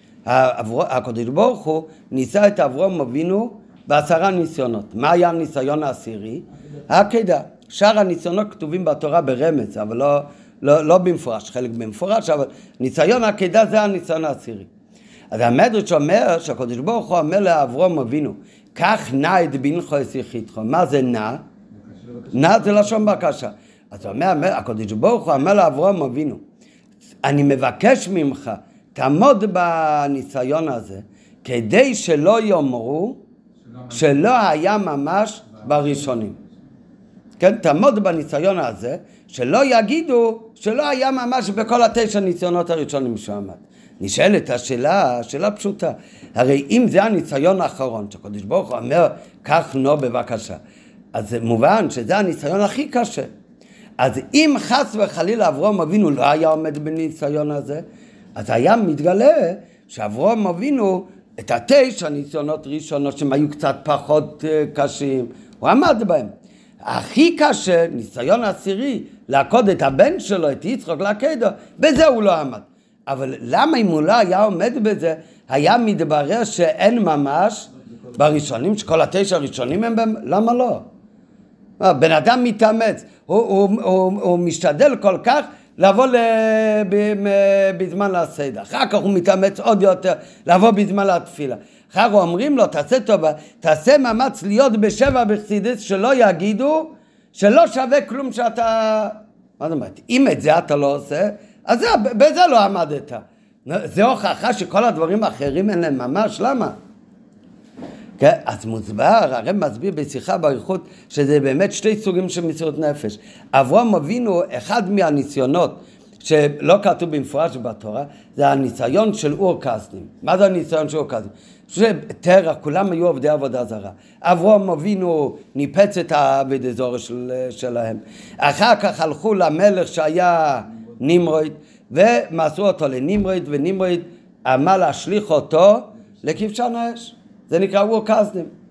הקדוש ברוך הוא ניסה את אברהם אבינו ב10 ניסיונות. מה היה הניסיון העשירי? העקדה. שאר הניסיונות כתובים בתורה ברמז, אבל לא במפורש, חלק במפורש, אבל ניסיון העקדה זה הניסיון העשירי. אז המדרש אומר שהקדוש ברוך הוא אומר לאברהם אבינו, כך נא את בנך יחידך. מה זה נא? נא זה לשון בקשה. אז הוא אומר, הקדוש ברוך הוא אומר לאברהם אבינו, אני מבקש ממך, תעמוד בניסיון הזה, כדי שלא יאמרו שלא היה ממש בראשונים. כן, תעמוד בניסיון הזה, שלא יגידו שלא היה ממש בכל 9 ניסיונות הראשונים שעמד. נשאלת השאלה, שאלה פשוטה. הרי אם זה הניסיון האחרון, שהקדוש ברוך הוא אומר, כך נו בבקשה, אז זה מובן שזה הניסיון הכי קשה. אז אם חס וחלילה אברהם אבינו לא היה עומד בניסיון הזה, אז היה מתגלה שאברהם אבינו את 9 ניסיונות ראשונות שהם היו קצת פחות קשים, הוא עמד בהם. הכי קשה, ניסיון עשירי, לעקוד את הבן שלו, את יצחק לעקדה, בזה הוא לא עמד. אבל למה אם הוא לא היה עומד בזה, היה מתברר שאין ממש בראשונים, שכל 9 הראשונים הם בהם, למה לא? בן אדם מתאמץ, הוא משתדל כל כך לבוא בזמן הסדר, אחר כך הוא מתאמץ עוד יותר לבוא בזמן התפילה, אחר כך אומרים לו תעשה טובה, תעשה מאמץ להיות בשבע בחסידות, שלא יגידו שלא שווה כלום שאתה, מה זאת אומרת, אם את זה אתה לא עושה, אז בזה לא עמדת. זה הוכחה שכל הדברים האחרים אין להם ממש, למה? כן, אז מוסבר, הרב מסביר בשיחה באריכות שזה באמת 2 סוגים של מסירות נפש. אברהם אבינו, אחד מהניסיונות שלא כתוב במפורש בתורה, זה הניסיון של אור כשדים. מה זה הניסיון של אור כשדים? שתרח, כולם היו עובדי עבודה זרה. אברהם אבינו ניפץ את העבודה זרה שלהם. אחר כך הלכו למלך שהיה נמרוד, ומסרו אותו לנמרוד, ונמרוד אמר להשליך אותו לכבשן האש. זה נקרא אור כשדים.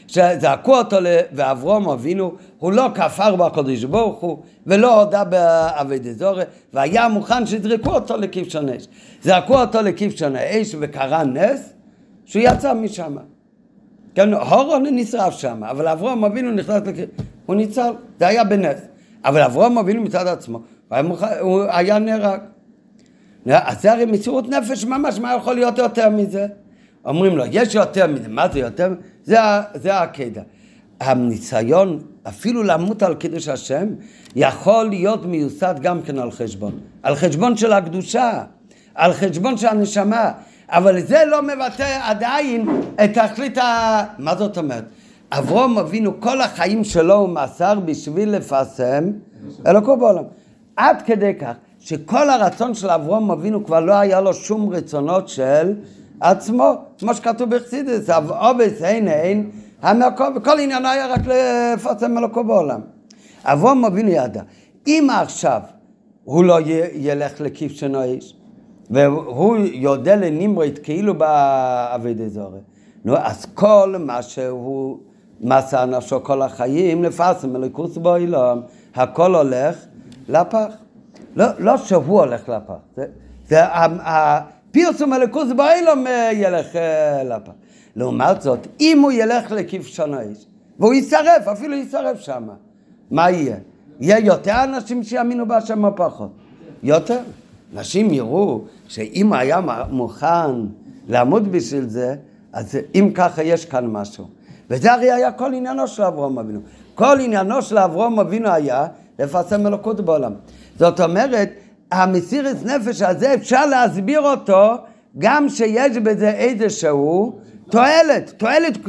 שזעקו אותו, ואברהם אבינו, הוא לא כפר בקדוש ברוך הוא, ולא הודה בעבודת זרה, והיה מוכן שזרקו אותו לכבשן אש. זרקו אותו לכבשן האש, וקרה נס, שהוא יצא משם. כן, הורון נשרף שם, אבל אברהם אבינו נכנס הוא ניצל, זה היה בנס. אבל אברהם אבינו מצד עצמו, הוא היה נהרג. אז זה הרי מסירות נפש ממש, מה יכול להיות יותר מזה? אומרים לו, יש יותר מזה, מה זה יותר? זה העקדה. הניסיון, אפילו למות על קידוש השם, יכול להיות מיוסד גם כן על חשבון. על חשבון של הקדושה, על חשבון של הנשמה. אבל זה לא מבטא עדיין את תכלית מה זאת אומרת? אברהם אבינו כל החיים שלו הוא מסר בשביל לפרסם אלוקו בעולם. עד כדי כך שכל הרצון של אברהם אבינו כבר לא היה לו שום רצונות של עצמו, כמו שכתוב בחסידות, אבס אין המקום, וכל עניין היה רק לפרסם אלוקו בעולם. אברהם אבינו ידע, אם עכשיו הוא לא ילך לכבשן האש, והוא יודע לנמרוד כאילו בעבודת זרה, נו, אז כל מה שהוא מסר נפשו כל החיים לפרסם אלוקות בעולם, הכל הולך לפח. לא שהוא הולך לפח, זה הפרסום אלוקות בעולם ילך לפח. לעומת זאת, אם הוא ילך לכבשן האש, והוא ישרף, אפילו ישרף שם, מה יהיה? יהיה יותר אנשים שיאמינו בהשם או פחות? יותר. נשים יראו שאם היה מוכן לעמוד בשביל זה, אז אם ככה יש כאן משהו. וזה הרי היה כל עניינו של אברהם אבינו. כל עניינו של אברהם אבינו היה לפרסם אלוקות בעולם. זאת אומרת, המסירות נפש הזה אפשר להסביר אותו גם שיש בזה איזשהו תועלת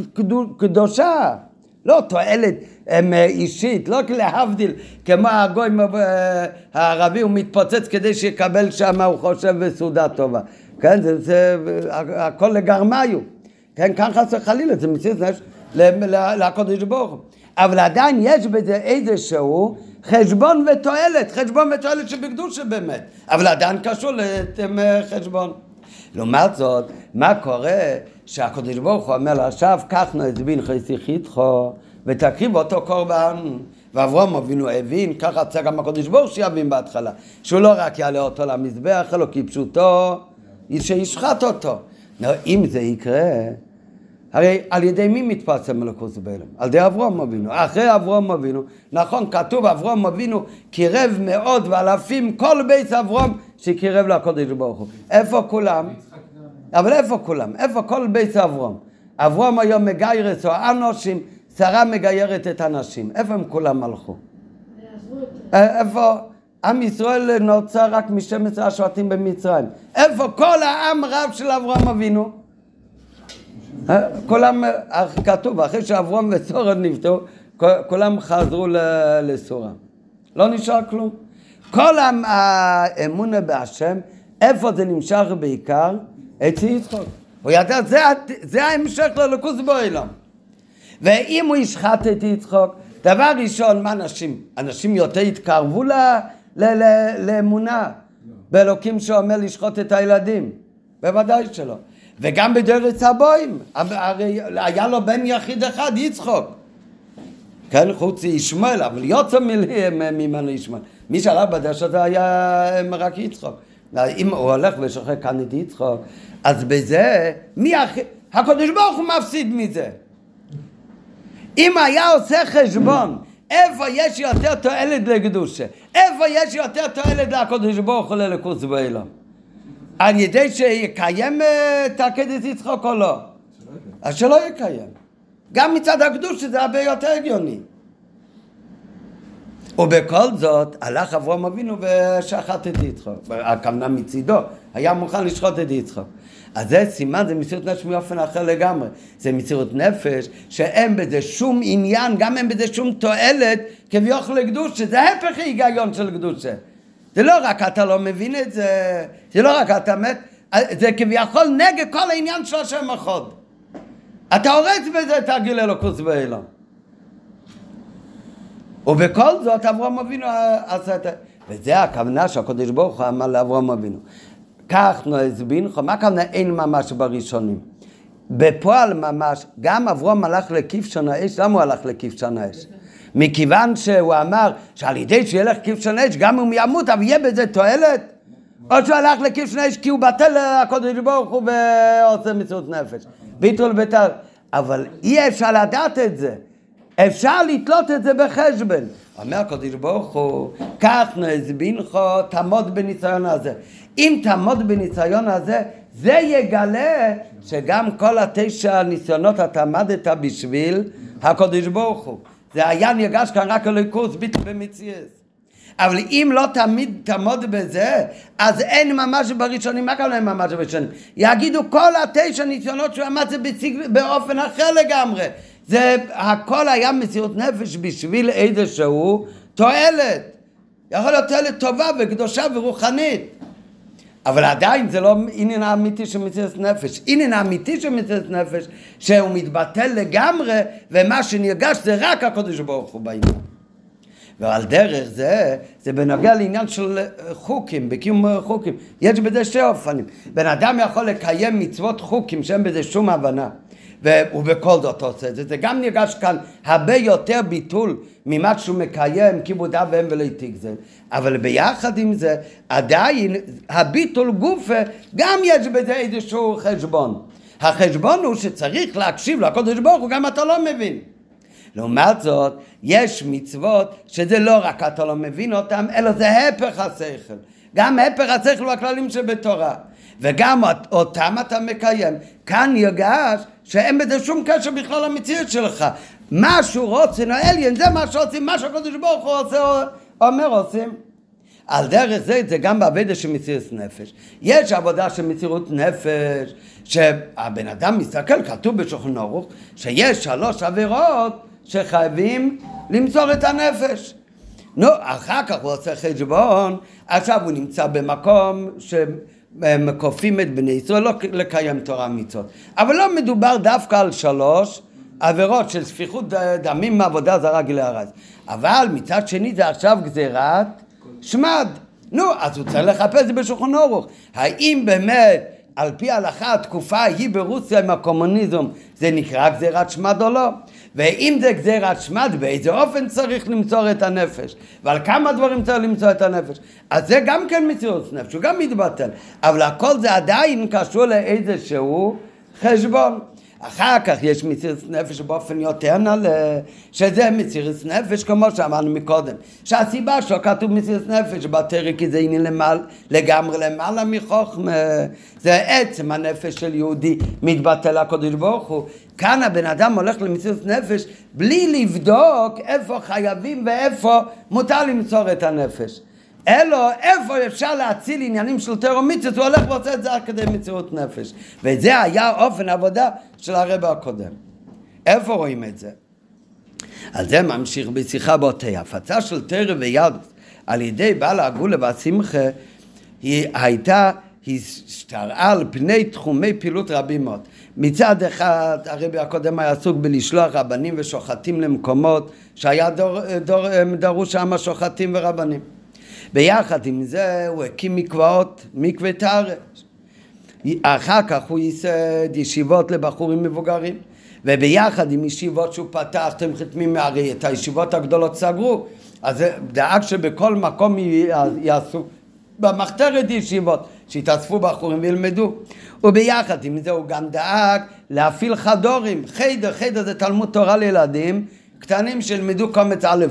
קדושה. לא תועלת אישית, לא להבדיל, כמו הגוי הערבי הוא מתפוצץ כדי שיקבל שם, הוא חושב בסעודה טובה. כן, זה הכל לגרמיו. כן, כאן חס וחלילה, זה מסירות נפש לקדוש ברוך הוא. אבל עדיין יש בזה איזשהו חשבון ותועלת, שבקדושה באמת. אבל עדיין קשור לחשבון. לעומת זאת, מה קורה שהקדוש ברוך הוא אומר לו, עכשיו קח נא את בנך יחידך ותקריב אותו קורבן. ואברהם אבינו הבין, ככה צריך גם הקדוש ברוך הוא שיבין בהתחלה, שהוא לא רק יעלה אותו למזבח, אלא כפשוטו, שישחט אותו. אם זה יקרה, הרי על ידי מי מתפרסם אלוקות בעולם? על ידי אברהם אבינו. אחרי אברהם אבינו, נכון, כתוב אברהם אבינו קירב מאוד ואלפים, כל בית אברהם שקירב לקדוש ברוך הוא. איפה כולם? אבל איפה כולם? איפה כל בית אברהם? אברהם היום מגייר את האנשים, שרה מגיירת את הנשים. איפה הם כולם הלכו? איפה? עם ישראל נוצר רק מ-12 השבטים במצרים. איפה כל העם רב של אברהם אבינו? כולם, כתוב, אחרי שאברהם וסורה נפטרו, כולם חזרו לסורה. לא נשאר כלום. כל האמונה בהשם, איפה זה נמשך בעיקר? אצל יצחק. הוא ידע, זה ההמשך לאלוקות בעולם. ואם הוא ישחט את יצחק, דבר ראשון, מה אנשים יותר התקרבו לאמונה באלוקים שאומר לשחוט את הילדים? בוודאי שלא. וגם בדרך הבוים, הרי היה לו בן יחיד אחד, יצחק. כן, חוץ ישמעאל, אבל יוצא ממנו ישמעאל. מי שהלך בדרך הזה היה רק יצחק. אם הוא הולך ושוחק כאן את יצחק, אז בזה, הקדוש ברוך הוא מפסיד מזה. אם היה עושה חשבון, איפה יש יותר תועלת לקדושה? איפה יש יותר תועלת לקדוש ברוך הוא ללקוץ בעולם? על ידי שיקיים את עקדת יצחק או לא? אז שלא יקיים. גם מצד הקדוש זה הרבה יותר הגיוני. ובכל זאת הלך אברהם אבינו ושחט את יצחק. הכוונה מצידו, היה מוכן לשחוט את יצחק. אז זה סימן, זה מסירות נפש מאופן אחר לגמרי. זה מסירות נפש שאין בזה שום עניין, גם אין בזה שום תועלת כביכול לקדושה. זה הפך ההיגיון של קדושה. זה לא רק אתה לא מבין את זה, זה לא רק אתה מת, זה כביכול נגד כל העניין של השם אחד. אתה הורץ בזה את הגיל אלוקות בעולם. ובכל זאת אברהם אבינו עשה את זה. וזה הכוונה שהקדוש ברוך הוא אמר לאברהם אבינו. כך נועז בנך, מה הכוונה אין ממש בראשונים? בפועל ממש, גם אברהם הלך לכבשן האש. למה הוא הלך לכבשן האש? מכיוון שהוא אמר שעל ידי שילך לכבשן האש, גם אם הוא ימות, אבל יהיה בזה תועלת? או שהוא הלך לכבשן האש כי הוא בטל הקדוש ברוך הוא ועושה מסירות נפש. ביטול בטל. אבל אי אפשר לדעת את זה. אפשר לתלות את זה בחשבון. אומר הקדוש ברוך הוא, כך נזבינך, תעמוד בניסיון הזה. אם תעמוד בניסיון הזה, זה יגלה שגם כל 9 ניסיונות אתה עמדת בשביל הקדוש ברוך הוא. זה היה נרגש כאן רק אלוקות ביטול במציאות. אבל אם לא תמיד תעמוד בזה, אז אין ממש בראשונים. מה קורה ממש בראשונים? יגידו כל 9 ניסיונות שהוא עמד זה באופן אחר לגמרי. זה הכל היה מסירות נפש בשביל איזשהו תועלת. יכול להיות תועלת טובה וקדושה ורוחנית. אבל עדיין זה לא עניין האמיתי של מסירות נפש. עניין האמיתי של מסירות נפש שהוא מתבטל לגמרי, ומה שנרגש זה רק הקדוש ברוך הוא בעניין. ועל דרך זה בנוגע לעניין של חוקים, בקיום חוקים. יש בזה 2 אופנים. בן אדם יכול לקיים מצוות חוקים שאין בזה שום הבנה. ובכל זאת עושה את זה. זה גם נרגש כאן הרבה יותר ביטול ממה שהוא מקיים, כיבוד אב ואם ולא תגזל. אבל ביחד עם זה, עדיין הביטול גופה, גם יש בזה איזשהו חשבון. החשבון הוא שצריך להקשיב לקדוש ברוך הוא, גם אתה לא מבין. לעומת זאת, יש מצוות שזה לא רק אתה לא מבין אותם, אלא זה הפך השכל. גם הפך השכל הוא הכללים שבתורה. וגם אותם אתה מקיים. כאן ירגש שאין בזה שום קשר בכלל למציאות שלך. מה שהוא רוצה, נועליין, זה מה שעושים, מה שהקדוש ברוך הוא עושה, אומר עושים. על דרך זה גם בעבודה של מסירות נפש. יש עבודה של מסירות נפש, שהבן אדם מסתכל, כתוב בשולחן ערוך, שיש 3 עבירות שחייבים למסור את הנפש. נו, אחר כך הוא עושה חשבון, עכשיו הוא נמצא במקום שמכופים את בני ישראל לא לקיים תורה מצוות. אבל לא מדובר דווקא על 3 עבירות של שפיכות דמים מעבודה זרה גילי ארץ. אבל מצד שני זה עכשיו גזירת שמד. נו, אז הוא צריך לחפש בשולחן ערוך. האם באמת על פי ההלכה התקופה היא ברוסיה עם הקומוניזם זה נקרא גזירת שמד או לא? ואם זה גזירת שמד, באיזה אופן צריך למסור את הנפש? ועל כמה דברים צריך למסור את הנפש? אז זה גם כן מסירות נפש, הוא גם מתבטל. אבל הכל זה עדיין קשור לאיזשהו חשבון. אחר כך יש מסירות נפש באופן יותר נעלה, שזה מסירות נפש כמו שאמרנו מקודם. שהסיבה שכתוב מסירות נפש בתורה כי זה עניין לגמרי למעלה מחוכמה. זה עצם הנפש של יהודי מתבטל לקדוש ברוך הוא. כאן הבן אדם הולך למסירות נפש בלי לבדוק איפה חייבים ואיפה מותר למסור את הנפש. אלא איפה אפשר להציל עניינים של תורה ומצוות, הוא הולך ועושה את זה רק כדי מסירות נפש. וזה היה אופן עבודה של הרב הקודם. איפה רואים את זה? על זה ממשיך בשיחה באותה. הפצה של תורה ויהדות על ידי בעל הגאולה והשמחה היא השתרעה על פני תחומי פעילות רבים מאוד. מצד אחד הרב הקודם היה עסוק בלשלוח רבנים ושוחטים למקומות שהיה דרוש שם שוחטים ורבנים. ביחד עם זה הוא הקים מקוואות, מקווה טהרה. אחר כך הוא ייסד ישיבות לבחורים מבוגרים, וביחד עם ישיבות שהוא פתח, אתם חתמים הרי את הישיבות הגדולות סגרו, אז דאג שבכל מקום יעשו במחתרת ישיבות, שיתאספו בחורים וילמדו. וביחד עם זה הוא גם דאג להפעיל חדורים, חדר זה תלמוד תורה לילדים קטנים שלמדו קומץ א'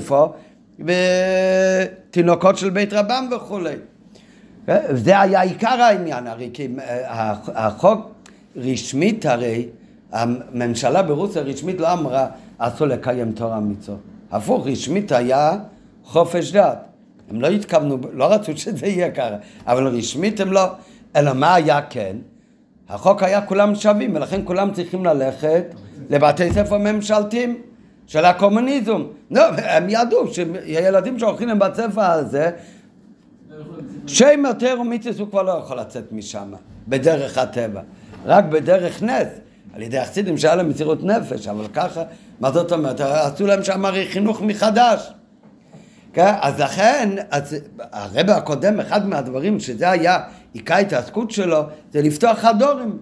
ותינוקות של בית רבם וכו'. זה היה עיקר העניין, הרי כי החוק רשמית, הרי הממשלה ברוסיה רשמית לא אמרה אסור לקיים תורה מצוות. הפוך, רשמית היה חופש דת. הם לא התכוונו, לא רצו שזה יהיה ככה, אבל רשמית הם לא, אלא מה היה כן? החוק היה כולם שווים, ולכן כולם צריכים ללכת לבתי ספר ממשלתיים של הקומוניזם. לא, הם ידעו שילדים שהולכים לבית ספר הזה, שם יותר ומיתוס הוא כבר לא יכול לצאת משם, בדרך הטבע, רק בדרך נס, על ידי החסידים שהיה להם מסירות נפש, אבל ככה, מה זאת אומרת? עשו להם שם הרי חינוך מחדש. אז לכן, הרב הקודם, אחד מהדברים שזה היה עיקר ההתעסקות שלו, זה לפתוח חדורים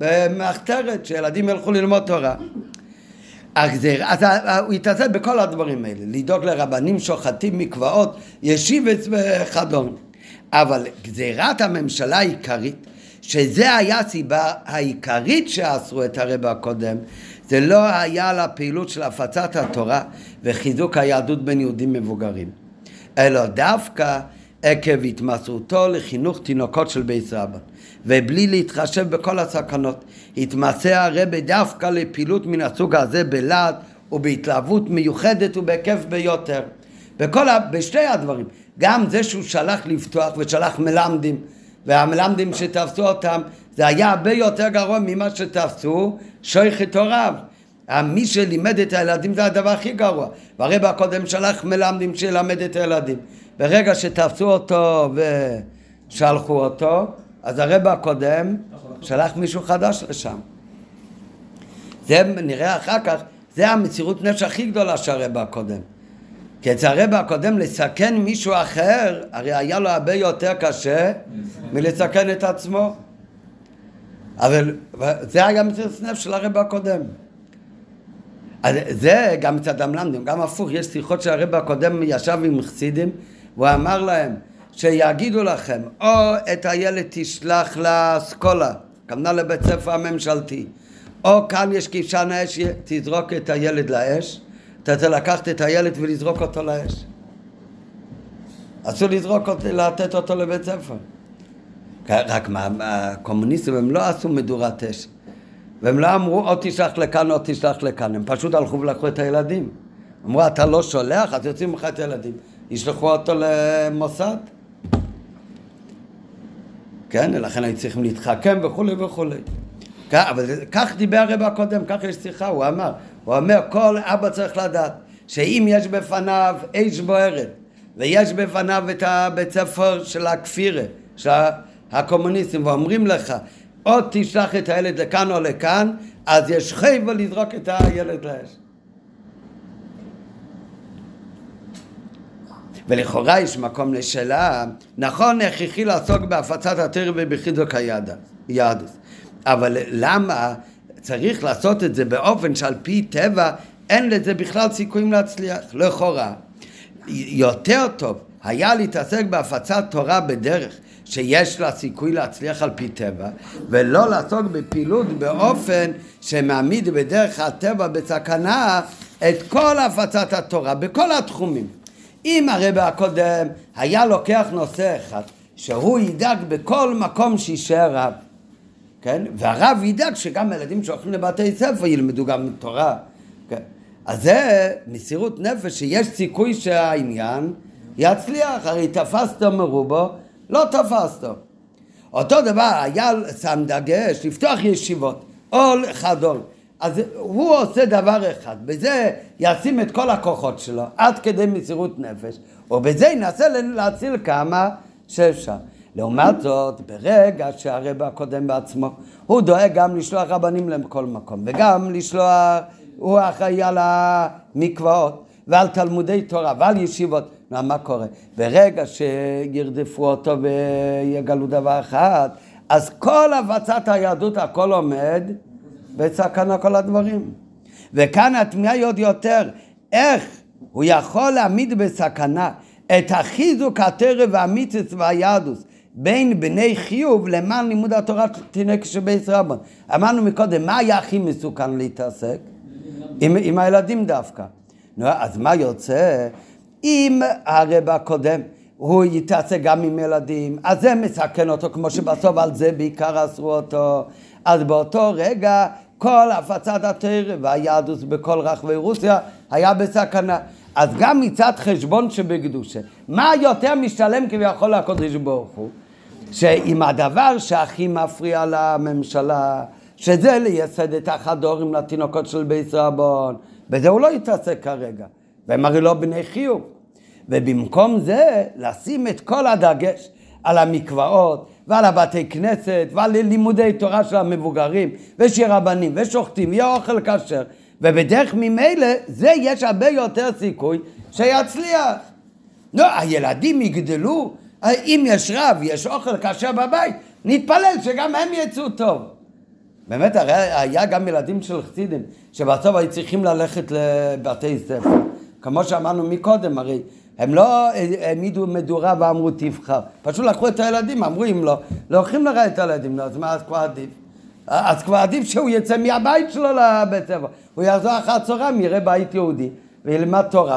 במחתרת, שילדים ילכו ללמוד תורה. אז הוא יתעסק בכל הדברים האלה, לדאוג לרבנים, שוחטים, מקוואות, ישיבץ וכדומה. אבל גזירת הממשלה העיקרית, שזה היה הסיבה העיקרית שאסרו את הרב הקודם, זה לא היה לפעילות של הפצת התורה וחיזוק היהדות בין יהודים מבוגרים, אלא דווקא עקב התמסרותו לחינוך תינוקות של בית רבן, ובלי להתחשב בכל הסכנות, התמסר הרב דווקא לפעילות מן הסוג הזה בלהט ובהתלהבות מיוחדת ובהיקף ביותר. בשתי הדברים, גם זה שהוא שלח לפתוח ושלח מלמדים, והמלמדים שתפסו אותם, זה היה הרבה יותר גרוע ממה שתפסו שייכי תורה. מי שלימד את הילדים זה הדבר הכי גרוע. והרב הקודם שלח מלמדים שילמד את הילדים. ברגע שתפסו אותו ושלחו אותו, אז הרב הקודם שלח מישהו חדש לשם. זה נראה אחר כך, זה המסירות נפש הכי גדולה של הרב הקודם. כי אצל הרב הקודם לסכן מישהו אחר, הרי היה לו הרבה יותר קשה מלסכן את עצמו. אבל זה היה מסירות נפש של הרב הקודם. אז זה גם מצד המלמדים, גם הפוך, יש שיחות שהרב הקודם ישב עם חסידים, והוא אמר להם שיגידו לכם, או את הילד תשלח לסקולה, כמובן לבית ספר הממשלתי, או כאן יש כבשן האש, תזרוק את הילד לאש, אתה צריך לקחת את הילד ולזרוק אותו לאש. אסור לזרוק אותו, לתת אותו לבית ספר. רק מה, הקומוניסטים הם לא עשו מדורת אש. והם לא אמרו, או תשלח לכאן או תשלח לכאן. הם פשוט הלכו ולקחו את הילדים. אמרו, אתה לא שולח, אז יוצאים לך את הילדים. ישלחו אותו למוסד. כן, לכן היו צריכים להתחכם וכו' וכו'. אבל כך דיבר הרב הקודם, כך יש שיחה, הוא אומר, כל אבא צריך לדעת, שאם יש בפניו אש בוערת, ויש בפניו את הבית ספר של הכפירה, של הקומוניסטים, ואומרים לך, או תשלח את הילד לכאן או לכאן, אז יש חייב לזרוק את הילד לאש. ולכאורה יש מקום לשאלה, נכון, הכרחי לעסוק בהפצת התורה ובחיזוק היהדות, אבל למה צריך לעשות את זה באופן שעל פי טבע אין לזה בכלל סיכויים להצליח? לכאורה יותר טוב היה להתעסק בהפצת תורה בדרך שיש לה סיכוי להצליח על פי טבע, ולא לעסוק בפעילות באופן שמעמיד בדרך הטבע בסכנה את כל הפצת התורה בכל התחומים. אם הרב הקודם היה לוקח נושא אחד שהוא ידאג בכל מקום שישאר רב, כן? והרב ידאג שגם ילדים שהולכים לבתי ספר ילמדו גם תורה, כן? אז זה מסירות נפש שיש סיכוי שהעניין יצליח. הרי תפסת מרובו, לא תפסת. אותו דבר היה שם דגש לפתוח ישיבות או חדול, אז הוא עושה דבר אחד, בזה ישים את כל הכוחות שלו עד כדי מסירות נפש, ובזה ינסה להציל כמה שאפשר. לעומת זאת, ברגע שהרב הקודם בעצמו, הוא דואג גם לשלוח רבנים לכל מקום, וגם לשלוח, הוא אחראי על המקוואות, ועל תלמודי תורה, ועל ישיבות. מה קורה? ברגע שירדפו אותו ויגלו דבר אחד, אז כל הפצת היהדות, הכל עומד בסכנה, כל הדברים. וכאן התמיהה היא עוד יותר, איך הוא יכול להעמיד בסכנה את החיזוק התורה והמצוות והיהדות, בין בני חיוב למען לימוד התורה תינוק שבית רבן. אמרנו מקודם, מה היה הכי מסוכן להתעסק? עם הילדים דווקא. אז מה יוצא? אם הרב הקודם הוא יתעסק גם עם ילדים, אז זה מסכן אותו, כמו שבסוף על זה בעיקר אסרו אותו. אז באותו רגע כל הפצת התורה והיהדות בכל רחבי רוסיה היה בסכנה. אז גם מצד חשבון שבקדושה, מה יותר משתלם כביכול לקדוש ברוך הוא? שעם הדבר שהכי מפריע לממשלה, שזה לייסד את החדורים לתינוקות של בית רבן, בזה הוא לא יתעסק כרגע, והם הרי לא בני חיוב. ובמקום זה לשים את כל הדגש על המקוואות ועל הבתי כנסת ועל לימודי תורה של המבוגרים ושיהיה רבנים ושוחטים ויהיה אוכל כשר, ובדרך ממילא זה יש הרבה יותר סיכוי שיצליח. לא, הילדים יגדלו, אם יש רב, יש אוכל כשר בבית, נתפלל שגם הם יצאו טוב. באמת, הרי היה גם ילדים של חסידים, שבסוף היו צריכים ללכת לבתי ספר. כמו שאמרנו מקודם, הרי הם לא העמידו מדורה ואמרו תבחר. פשוט לקחו את הילדים, אמרו אם לא הולכים לראה את הילדים, אז מה, אז כבר עדיף. אז כבר עדיף שהוא יצא מהבית שלו לבית ספר. הוא יחזור אחר הצהריים, יראה בית יהודי, וילמד תורה,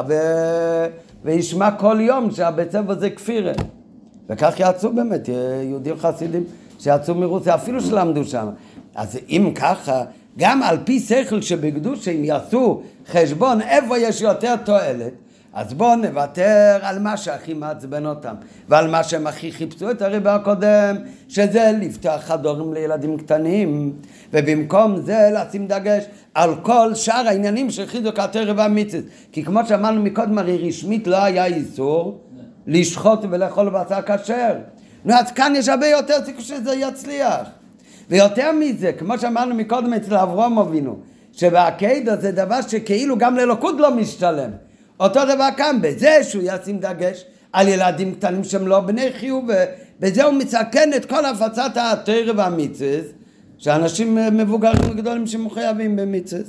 וישמע כל יום שהבית ספר זה כפירה. וכך יצאו באמת יהודים חסידים שיצאו מרוסיה, אפילו שלמדו שם. אז אם ככה, גם על פי שכל שבקדושה, אם יעשו חשבון איפה יש יותר תועלת, אז בואו נוותר על מה שהכי מעצבן אותם, ועל מה שהם הכי חיפשו את הרב הקודם, שזה לפתוח חדורים לילדים קטנים, ובמקום זה לשים דגש על כל שאר העניינים של חיזוק התורה והמצוות. כי כמו שאמרנו מקודם, הרי רשמית לא היה איסור לשחוט ולאכול בשר כשר. אז כאן יש הרבה יותר סיכוי שזה יצליח. ויותר מזה, כמו שאמרנו מקודם אצל אברהם אבינו, שבעקדה זה דבר שכאילו גם לאלוקות לא משתלם. אותו דבר כאן, בזה שהוא ישים דגש על ילדים קטנים שהם לא בני חיוב, ובזה הוא מסכן את כל הפצת התורה והמצוות, שאנשים מבוגרים וגדולים שמחויבים במצוות.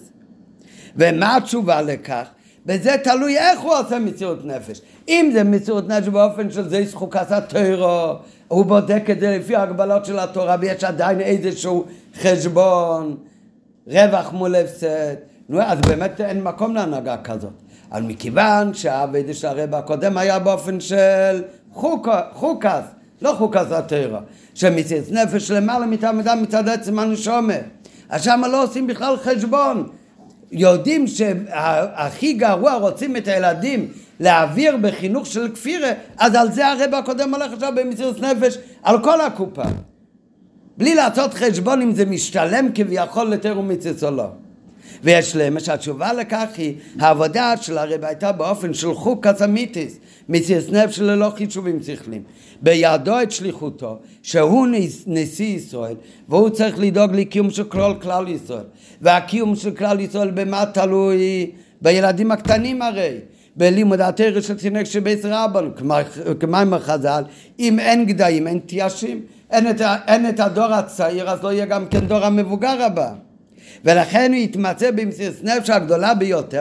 ומה התשובה לכך? בזה תלוי איך הוא עושה מסירות נפש. אם זה מסירות נפש באופן של זה חוקת התורה, הוא בודק את זה לפי ההגבלות של התורה, ויש עדיין איזשהו חשבון, רווח מול הפסד, אז באמת אין מקום להנהגה כזאת. אבל מכיוון שהעבודה של הרב הקודם היה באופן של חוקס, לא חוקס התורה, שמסירות נפש למעלה מתעמדה מצד עצם הנשמה. אז שם לא עושים בכלל חשבון. יודעים שהכי גרוע רוצים את הילדים להעביר בחינוך של כפירה, אז על זה הרב הקודם הולך עכשיו במסירות נפש על כל הקופה. בלי לעשות חשבון אם זה משתלם כביכול לתורה ומצוות או לא. ויש להם שהתשובה לכך היא, העבודה של הרב הייתה באופן של חוקת אמיתיס, מסירות נפש ללא חישובים שכליים. בידו את שליחותו, שהוא נשיא ישראל, והוא צריך לדאוג לקיום של כלל ישראל. והקיום של כלל ישראל במה תלוי? בילדים הקטנים הרי. בלימוד התורה של תינוק שבית רבן, כמאמר חז"ל, אם אין גדיים, אין תיישים, אין את הדור הצעיר, אז לא יהיה גם כן דור המבוגר הבא. ולכן הוא יתמצא במסירות נפש הגדולה ביותר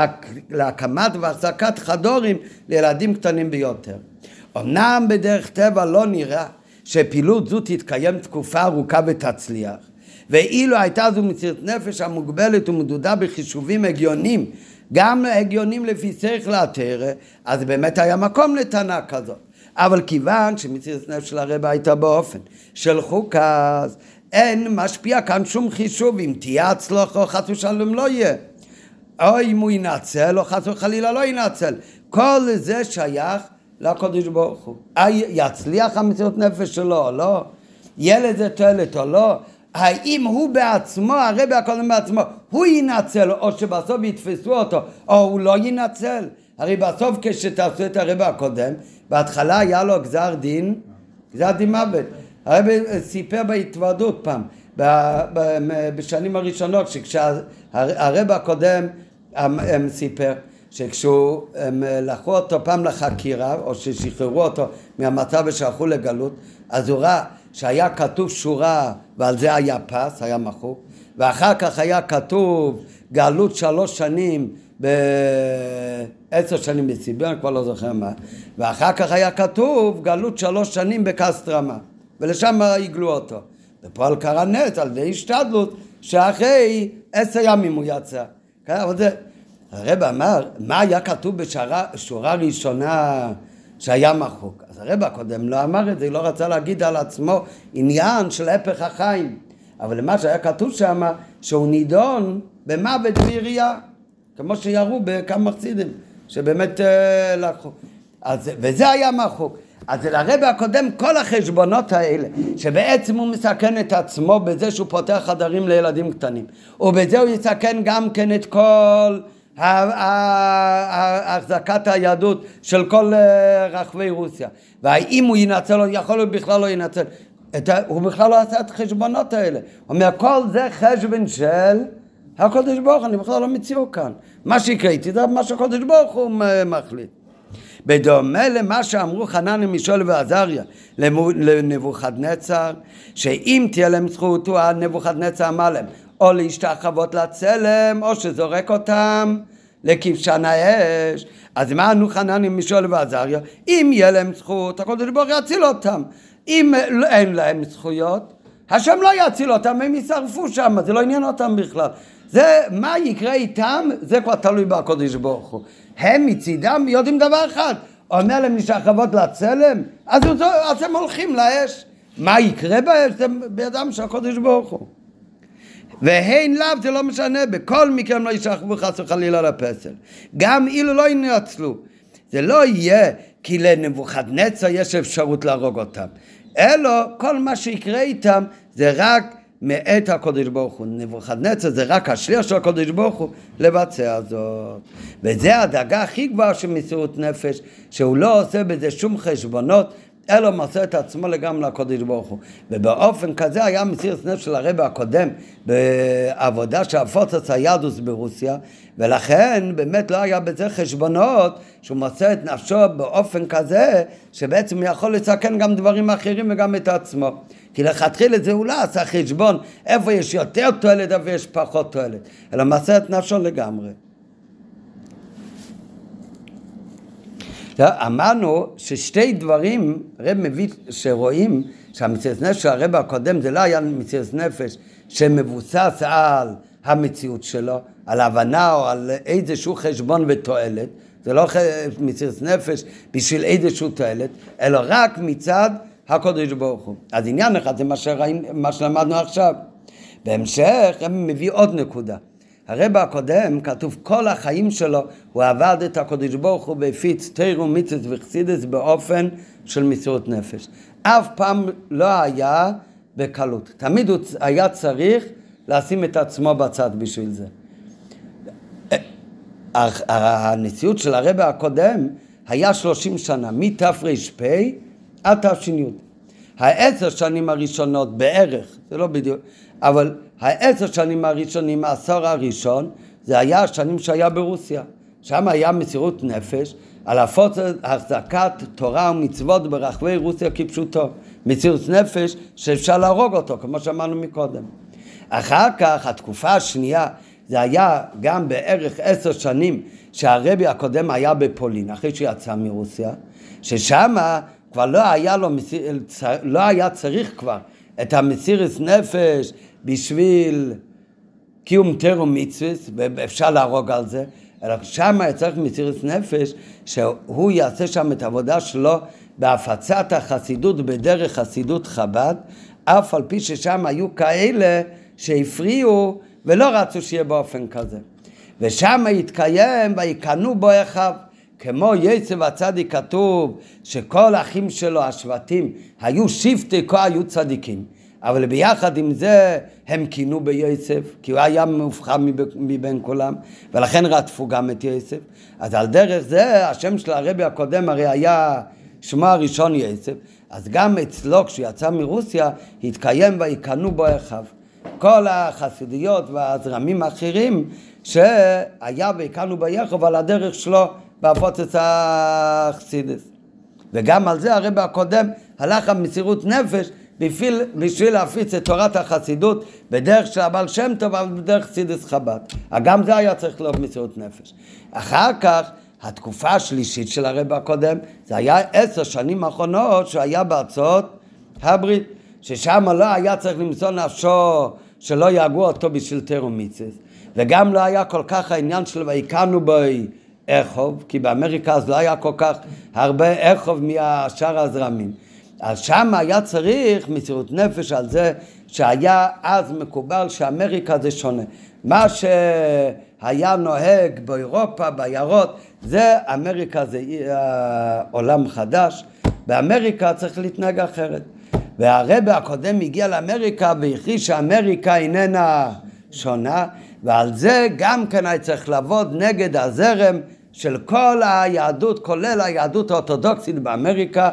להקמת והחזקת חדורים לילדים קטנים ביותר. אמנם בדרך טבע לא נראה שפעילות זו תתקיים תקופה ארוכה ותצליח, ואילו הייתה זו מסירות נפש המוגבלת ומדודה בחישובים הגיונים, גם הגיונים לפי שכל התורה, אז באמת היה מקום לטענה כזאת. אבל כיוון שמסירות נפש של הרב הייתה באופן של חוקס, אין משפיע כאן שום חישוב, אם תהיה הצלחה או חס ושלום לא יהיה, או אם הוא ינצל או חס וחלילה לא ינצל, כל זה שייך לקדוש ברוך הוא. יצליח המסירות נפש שלו או לא, יהיה לזה תועלת או לא, האם הוא בעצמו, הרב הקודם בעצמו, הוא ינצל או שבסוף יתפסו אותו או הוא לא ינצל. הרי בסוף כשתעשו את הרב הקודם, בהתחלה היה לו גזר דין מוות. הרב סיפר בהתוועדות פעם, בשנים הראשונות, שכשהרב הקודם סיפר, שכשהוא לקחו אותו פעם לחקירה, או ששחררו אותו מהמצב ושלחו לגלות, אז הוא ראה שהיה כתוב שורה, ועל זה היה פס, היה מחוק, ואחר כך היה כתוב גלות 3 שנים, 10 שנים בסיביר, אני כבר לא זוכר מה, ואחר כך היה כתוב גלות 3 שנים בקסטרמה. ולשם יגלו אותו. ופועל קרא נס על די השתדלות שאחרי 10 ימים הוא יצא. אבל זה, הרב אמר, מה היה כתוב בשורה ראשונה שהיה מחוק? אז הרב הקודם לא אמר את זה, לא רצה להגיד על עצמו עניין של הפך החיים. אבל למה שהיה כתוב שם, שהוא נידון במוות בעירייה, כמו שיראו בכמה חסידים, שבאמת לקחו. וזה היה מחוק. אז לרב הקודם כל החשבונות האלה, שבעצם הוא מסכן את עצמו בזה שהוא פותח חדרים לילדים קטנים, ובזה הוא יסכן גם כן את כל החזקת היהדות של כל רחבי רוסיה. והאם הוא ינצל או יכול להיות בכלל לא ינצל, הוא בכלל לא עשה את החשבונות האלה. הוא אומר, כל זה חשבון של הקדוש ברוך הוא, אני בכלל לא מציעו כאן. מה שהקראתי זה מה שהקדוש ברוך הוא מחליט. בדומה למה שאמרו חנניה מישאל ועזריה לנבוכדנצר, שאם תהיה להם זכות, הוא נבוכדנצר אמר להם או להשתחוות לצלם או שזורק אותם לכבשן האש. אז מה ענו חנניה מישאל ועזריה? אם יהיה להם זכות, הקדוש ברוך הוא יציל אותם. אם אין להם זכויות, השם לא יציל אותם, הם ישרפו שם, זה לא עניין אותם בכלל. זה, מה יקרה איתם, זה כבר תלוי בקדוש ברוך הוא. הם מצידם יודעים דבר אחד, אומר להם להשתחוות לצלם, אז הם הולכים לאש. מה יקרה באש? זה בידם של הקדוש ברוך הוא. והן לאו, זה לא משנה, בכל מקרה הם לא ישכבו חס וחלילה לפסל. גם אילו לא ינצלו, זה לא יהיה כי לנבוכדנצר יש אפשרות להרוג אותם, אלא כל מה שיקרה איתם זה רק מאת הקדוש ברוך הוא. נבוכדנצר זה רק השליח של הקדוש ברוך הוא לבצע זאת, וזה הדאגה הכי גבוהה של מסירות נפש, שהוא לא עושה בזה שום חשבונות, אלא מסר את עצמו לגמרי לקדוש ברוך הוא. ובאופן כזה היה מסירות נפש של הרבי הקודם בעבודה שהפוצץ היהדות ברוסיה, ולכן באמת לא היה בזה חשבונות שהוא מסר את נפשו באופן כזה שבעצם יכול לסכן גם דברים אחרים וגם את עצמו, כי לכתחילה זה הוא לא עשה חשבון איפה יש יותר תועלת איפה יש פחות תועלת, אלא מסר את נפשו לגמרי. אמרנו ששתי דברים רב מביא שרואים שהמציאות נפש של הרב הקודם זה לא היה מציאות נפש שמבוסס על המציאות שלו, על הבנה או על איזשהו חשבון ותועלת, זה לא מציאות נפש בשביל איזשהו תועלת, אלא רק מצד הקדוש ברוך הוא. אז עניין אחד זה מה שלמדנו עכשיו. בהמשך הם מביא עוד נקודה. הרב הקודם כתוב כל החיים שלו הוא עבד את הקדוש ברוך הוא והפיץ תורה ומצוות וחסידות באופן של מסירות נפש. אף פעם לא היה בקלות, תמיד הוא היה צריך לשים את עצמו בצד בשביל זה. הנשיאות של הרב הקודם היה 30 שנה, מתר"פ עד תש"י. 10 שנים הראשונות בערך, זה לא בדיוק, אבל 10 שנים הראשונים, העשור הראשון, זה היה השנים שהיה ברוסיה. שם היה מסירות נפש על החזקת תורה ומצוות ברחבי רוסיה כפשוטו. מסירות נפש שאפשר להרוג אותו, כמו שאמרנו מקודם. אחר כך, התקופה השנייה, זה היה גם בערך 10 שנים שהרבי הקודם היה בפולין, אחרי שיצא מרוסיה, ששם כבר לא היה צריך כבר את המסירות נפש בשביל קיום תורה ומצוות, ואפשר להרוג על זה, אלא שם היה צריך מסירות נפש שהוא יעשה שם את העבודה שלו בהפצת החסידות בדרך חסידות חב"ד, אף על פי ששם היו כאלה שהפריעו ולא רצו שיהיה באופן כזה. ושם התקיים ויקנו בו אחיו, כמו יוסף הצדיק כתוב שכל האחים שלו השבטים היו שבטי כה היו צדיקים, אבל ביחד עם זה הם קינו ביוסף, כי הוא היה מובחר מבין כולם, ולכן רדפו גם את יוסף. אז על דרך זה השם של הרבי הקודם הרי היה שמו הראשון יוסף, אז גם אצלו כשהוא יצא מרוסיה התקיים ויקנו בו אחיו. כל החסידיות והזרמים האחרים שהיה ויקנו בו אחיו על הדרך שלו בהפוצת החסידות. וגם על זה הרבי הקודם הלך המסירות נפש בשביל להפיץ את תורת החסידות בדרך של הבעל שם טוב, אבל בדרך חסידות חב"ד. גם זה היה צריך להיות מסירות נפש. אחר כך, התקופה השלישית של הרבי הקודם, זה היה 10 שנים האחרונות שהיה בארצות הברית, ששם לא היה צריך למסור נפשו שלא יהגו אותו בשביל תורה ומצוות, וגם לא היה כל כך העניין של ויקנו בו אחיו, כי באמריקה אז לא היה כל כך הרבה אחיו מהשאר הזרמים. אז שם היה צריך מסירות נפש על זה שהיה אז מקובל שאמריקה זה שונה. מה שהיה נוהג באירופה, בעיירות, זה אמריקה זה עולם חדש, באמריקה צריך להתנהג אחרת. והרבי הקודם הגיע לאמריקה והכריז שאמריקה איננה שונה, ועל זה גם כן היה צריך לעבוד נגד הזרם של כל היהדות, כולל היהדות האורתודוקסית באמריקה,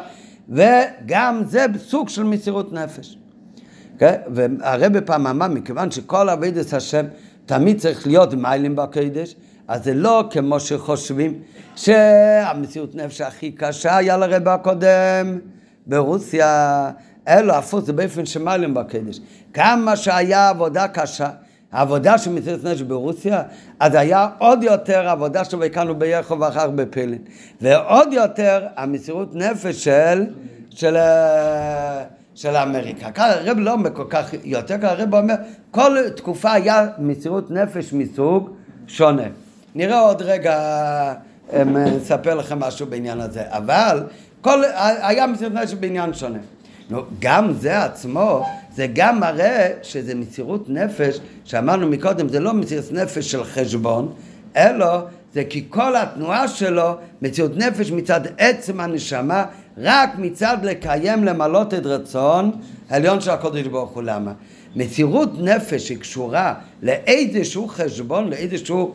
וגם זה סוג של מסירות נפש. והרבי פעם אמר, מכיוון שכל עבודת השם תמיד צריך להיות מיילים בקודש, אז זה לא כמו שחושבים שהמציאות נפש הכי קשה היה לרב הקודם ברוסיה, אלו הפוך, זה באופן שמיילים בקודש. כמה שהיה עבודה קשה, העבודה של מציאות נפש ברוסיה, אז היה עוד יותר עבודה שלו והקמנו ביחד ואחר בפלין. ועוד יותר המציאות נפש של אמריקה. כאן הרב לא אומר כל כך יותר, כאן הרב אומר, כל תקופה היה מציאות נפש מסוג שונה. נראה עוד רגע, נספר לכם משהו בעניין הזה. אבל היה מציאות נפש בעניין שונה. גם זה עצמו, זה גם מראה שזה מציאות נפש, שאמרנו מקודם, זה לא מציאות נפש של חשבון, אלא זה כי כל התנועה שלו, מציאות נפש מצד עצם הנשמה, רק מצד לקיים, למלות את רצון העליון של הקודש ברוך הוא. למה? מציאות נפש היא קשורה לאיזשהו חשבון, לאיזשהו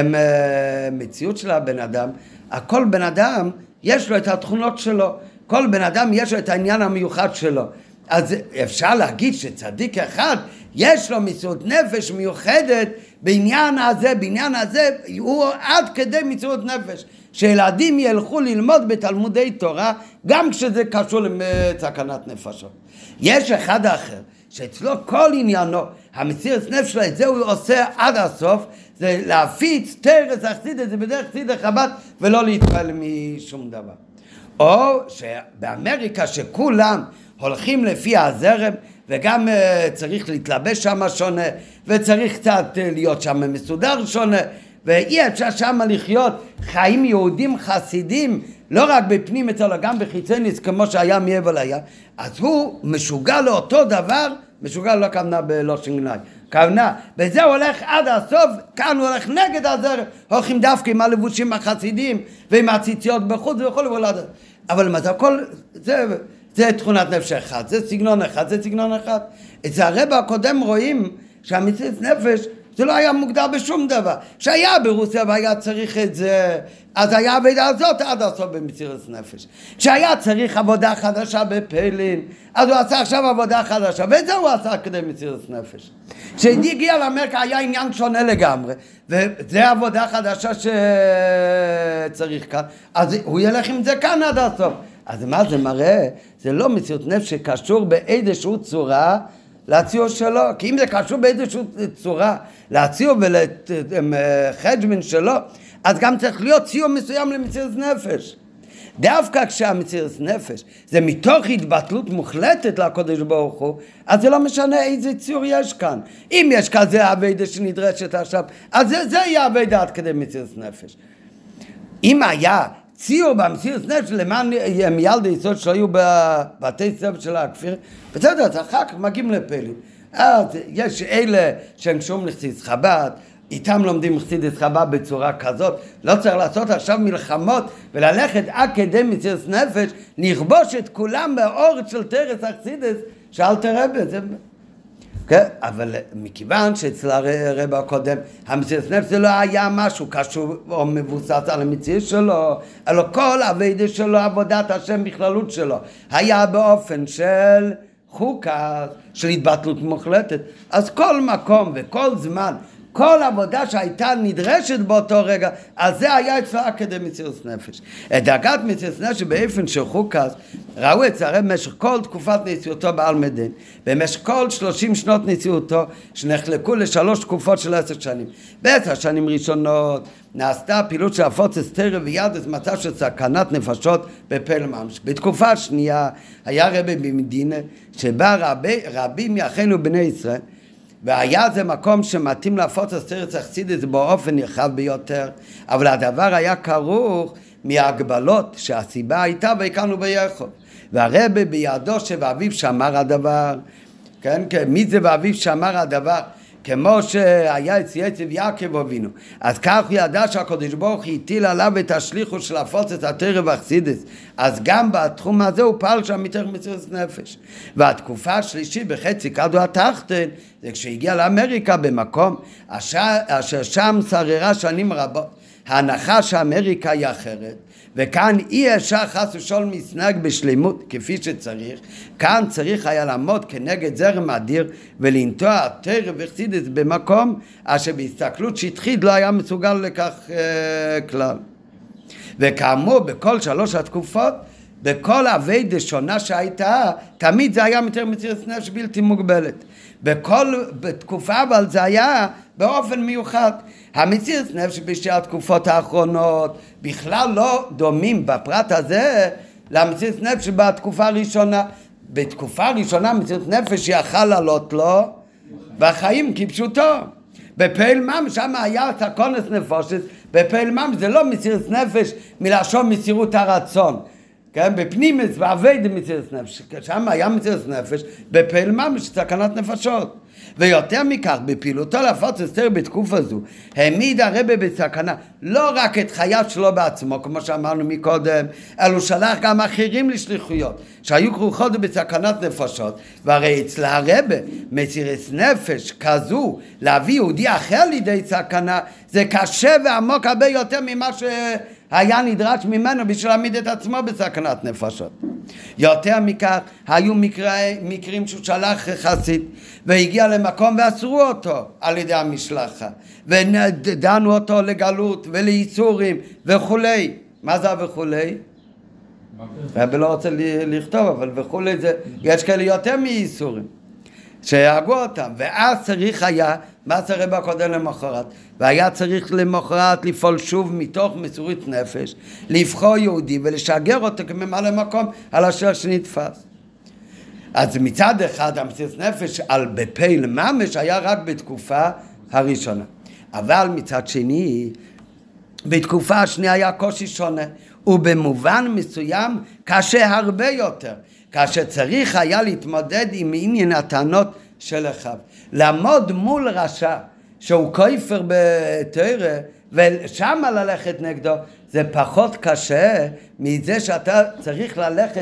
מציאות של הבן אדם. הכל בן אדם יש לו את התכונות שלו, כל בן אדם יש לו את העניין המיוחד שלו. אז אפשר להגיד שצדיק אחד יש לו מציאות נפש מיוחדת בעניין הזה הוא עד כדי מציאות נפש שילדים ילכו ללמוד בתלמודי תורה גם כשזה קשור לסכנת נפשות. יש אחד אחר שאצלו כל עניינו המציאות נפש שלו, את זה הוא עושה עד הסוף, זה להפיץ תרס אכסידס, זה בדרך חסידות חב"ד ולא להתפעל משום דבר. או שבאמריקה שכולם הולכים לפי הזרם וגם צריך להתלבש שם שונה וצריך קצת להיות שם מסודר שונה ואי אפשר שם לחיות חיים יהודים חסידים לא רק בפנים אלא גם בחיצוניס כמו שהיה מעבר לים, אז הוא משוגע לאותו דבר, משוגע לא כוונה בלושן גנאי, כוונה וזה הולך עד הסוף, כאן הוא הולך נגד הזרם, הולכים דווקא עם הלבושים החסידים ועם הציציות בחוץ וכו'. אבל מה זה הכל, זה תכונת נפש אחד, זה סגנון אחד, זה סגנון אחד. אצל הרב הקודם רואים שהמציאות נפש זה לא היה מוגדר בשום דבר. שהיה ברוסיה והיה צריך את זה, אז היה עבודה הזאת עד הסוף במציאות נפש. כשהיה צריך עבודה חדשה בפלין, אז הוא עשה עכשיו עבודה חדשה, ואת זה הוא עשה כדי מציאות נפש. כשהגיע לאמריקה היה עניין שונה לגמרי, וזה עבודה חדשה שצריך כאן, אז הוא ילך עם זה כאן עד הסוף. אז מה זה מראה? זה לא מציאות נפש שקשור באיזשהו צורה להציעו שלו, כי אם זה קשור באיזושהי צורה להציעו ולחג'מין שלו, אז גם צריך להיות ציור מסוים למציאות נפש. דווקא כשהמציאות נפש זה מתוך התבטלות מוחלטת לקודש ברוך הוא, אז זה לא משנה איזה ציור יש כאן. אם יש כזה עבודה שנדרשת עכשיו, אז זה יהיה עבודה עד כדי מציאות נפש. אם היה ציור במציאות נפש למען ילדי יסוד שהיו בבתי ספר של הכפיר, בסדר, אז אחר כך מגיעים לפלין. אז יש אלה שהם קשורים לחסידות חב"ד, איתם לומדים חסידות חב"ד בצורה כזאת, לא צריך לעשות עכשיו מלחמות וללכת עד כדי מציאות נפש, לכבוש את כולם באור של תרס החסידות שאל תראה בזה. כן? אבל מכיוון שאצל הרב הקודם המציאות נפש זה לא היה משהו קשור או מבוסס על המציאות שלו, אלא כל העבודה שלו, עבודת השם בכללות שלו, היה באופן של חוקה, של התבטלות מוחלטת. אז כל מקום וכל זמן, כל עבודה שהייתה נדרשת באותו רגע, אז זה היה אצלה כדי מציאות נפש. את דרגת מציאות נפש באופן של חוקס, ראו את זה במשך כל תקופת נשיאותו בעל מדין, במשך כל 30 שנות נשיאותו, שנחלקו לשלוש תקופות של 10 שנים. ב10 שנים ראשונות נעשתה פעילות של הפוצץ תרא וידע, מצב של סכנת נפשות בפל ממש. בתקופה השנייה היה רבי במדינה, שבא רבים מאחינו בני ישראל, והיה זה מקום שמתאים להפוצץ תרס החסידות באופן נרחב ביותר, אבל הדבר היה כרוך מהגבלות שהסיבה הייתה והקמנו ביחד. והרבי בידו שבאביו שמר הדבר, כן, מי זה באביו שמר הדבר? כמו שהיה אצל יעקב אבינו, אז כך הוא ידע שהקדוש ברוך הוא הטיל עליו את השליחות של הפוצץ התרא והחסידות, אז גם בתחום הזה הוא פעל שם מתוך מציאות נפש. והתקופה השלישית בחצי כדור התחתון זה כשהגיע לאמריקה במקום אשר שם שררה שנים רבות. ההנחה שאמריקה היא אחרת וכאן אי אפשר חס ושלום מסנג בשלימות כפי שצריך. כאן צריך היה לעמוד כנגד זרם אדיר ולנטוע תורה וחסידות במקום אשר בהסתכלות שטחית לא היה מסוגל לכך כלל. וכאמור בכל 3 התקופות, בכל עבודה שונה שהייתה, תמיד זה היה יותר מסירות נפש בלתי מוגבלת. בכל תקופה אבל זה היה באופן מיוחד. המסירות נפש בשתי התקופות האחרונות בכלל לא דומים בפרט הזה למסירות נפש בתקופה הראשונה. בתקופה הראשונה מסירות נפש יכל לעלות לו והחיים כפשוטו. בפעיל ממש שם היה סכונס נפושת. בפעיל ממש זה לא מסירות נפש מלשון מסירות הרצון, כן? בפנימית ועבד מסירות נפש, שם היה מסירות נפש בפעיל ממש סכנת נפשות. ויותר מכך, בפעילותו להפוץ אסתר בתקופה זו העמיד הרבי בסכנה לא רק את חייו שלו בעצמו כמו שאמרנו מקודם, אלו שלח גם אחרים לשליחויות שהיו כרוכות בסכנת נפשות. והרי אצל הרבי מסירות נפש כזו להביא יהודי אחר לידי סכנה זה קשה ועמוק הרבה יותר ממה היה נדרש ממנו בשביל להעמיד את עצמו בסכנת נפשות. יותר מכך, היו מקרים שהוא שלח חסיד והגיע למקום ואסרו אותו על ידי המשלחה ודנו אותו לגלות ולייסורים וכולי. מה זה וכולי? רבי לא רוצה לכתוב, אבל וכולי זה, יש כאלה יותר מייסורים שהרגו אותם. ואז צריך היה, מה זה רבי הקודם למחרת? והיה צריך למחרת לפעול שוב מתוך מסירות נפש, לבחור יהודי ולשגר אותו כממלא מקום על אשר שנתפס. אז מצד אחד המסירות נפש על בפעיל ממש היה רק בתקופה הראשונה, אבל מצד שני בתקופה השנייה היה קושי שונה, ובמובן מסוים קשה הרבה יותר, כאשר צריך היה להתמודד עם עניין הטענות של אחיו. לעמוד מול רשע שהוא כופר בתורה ושם ללכת נגדו זה פחות קשה מזה שאתה צריך ללכת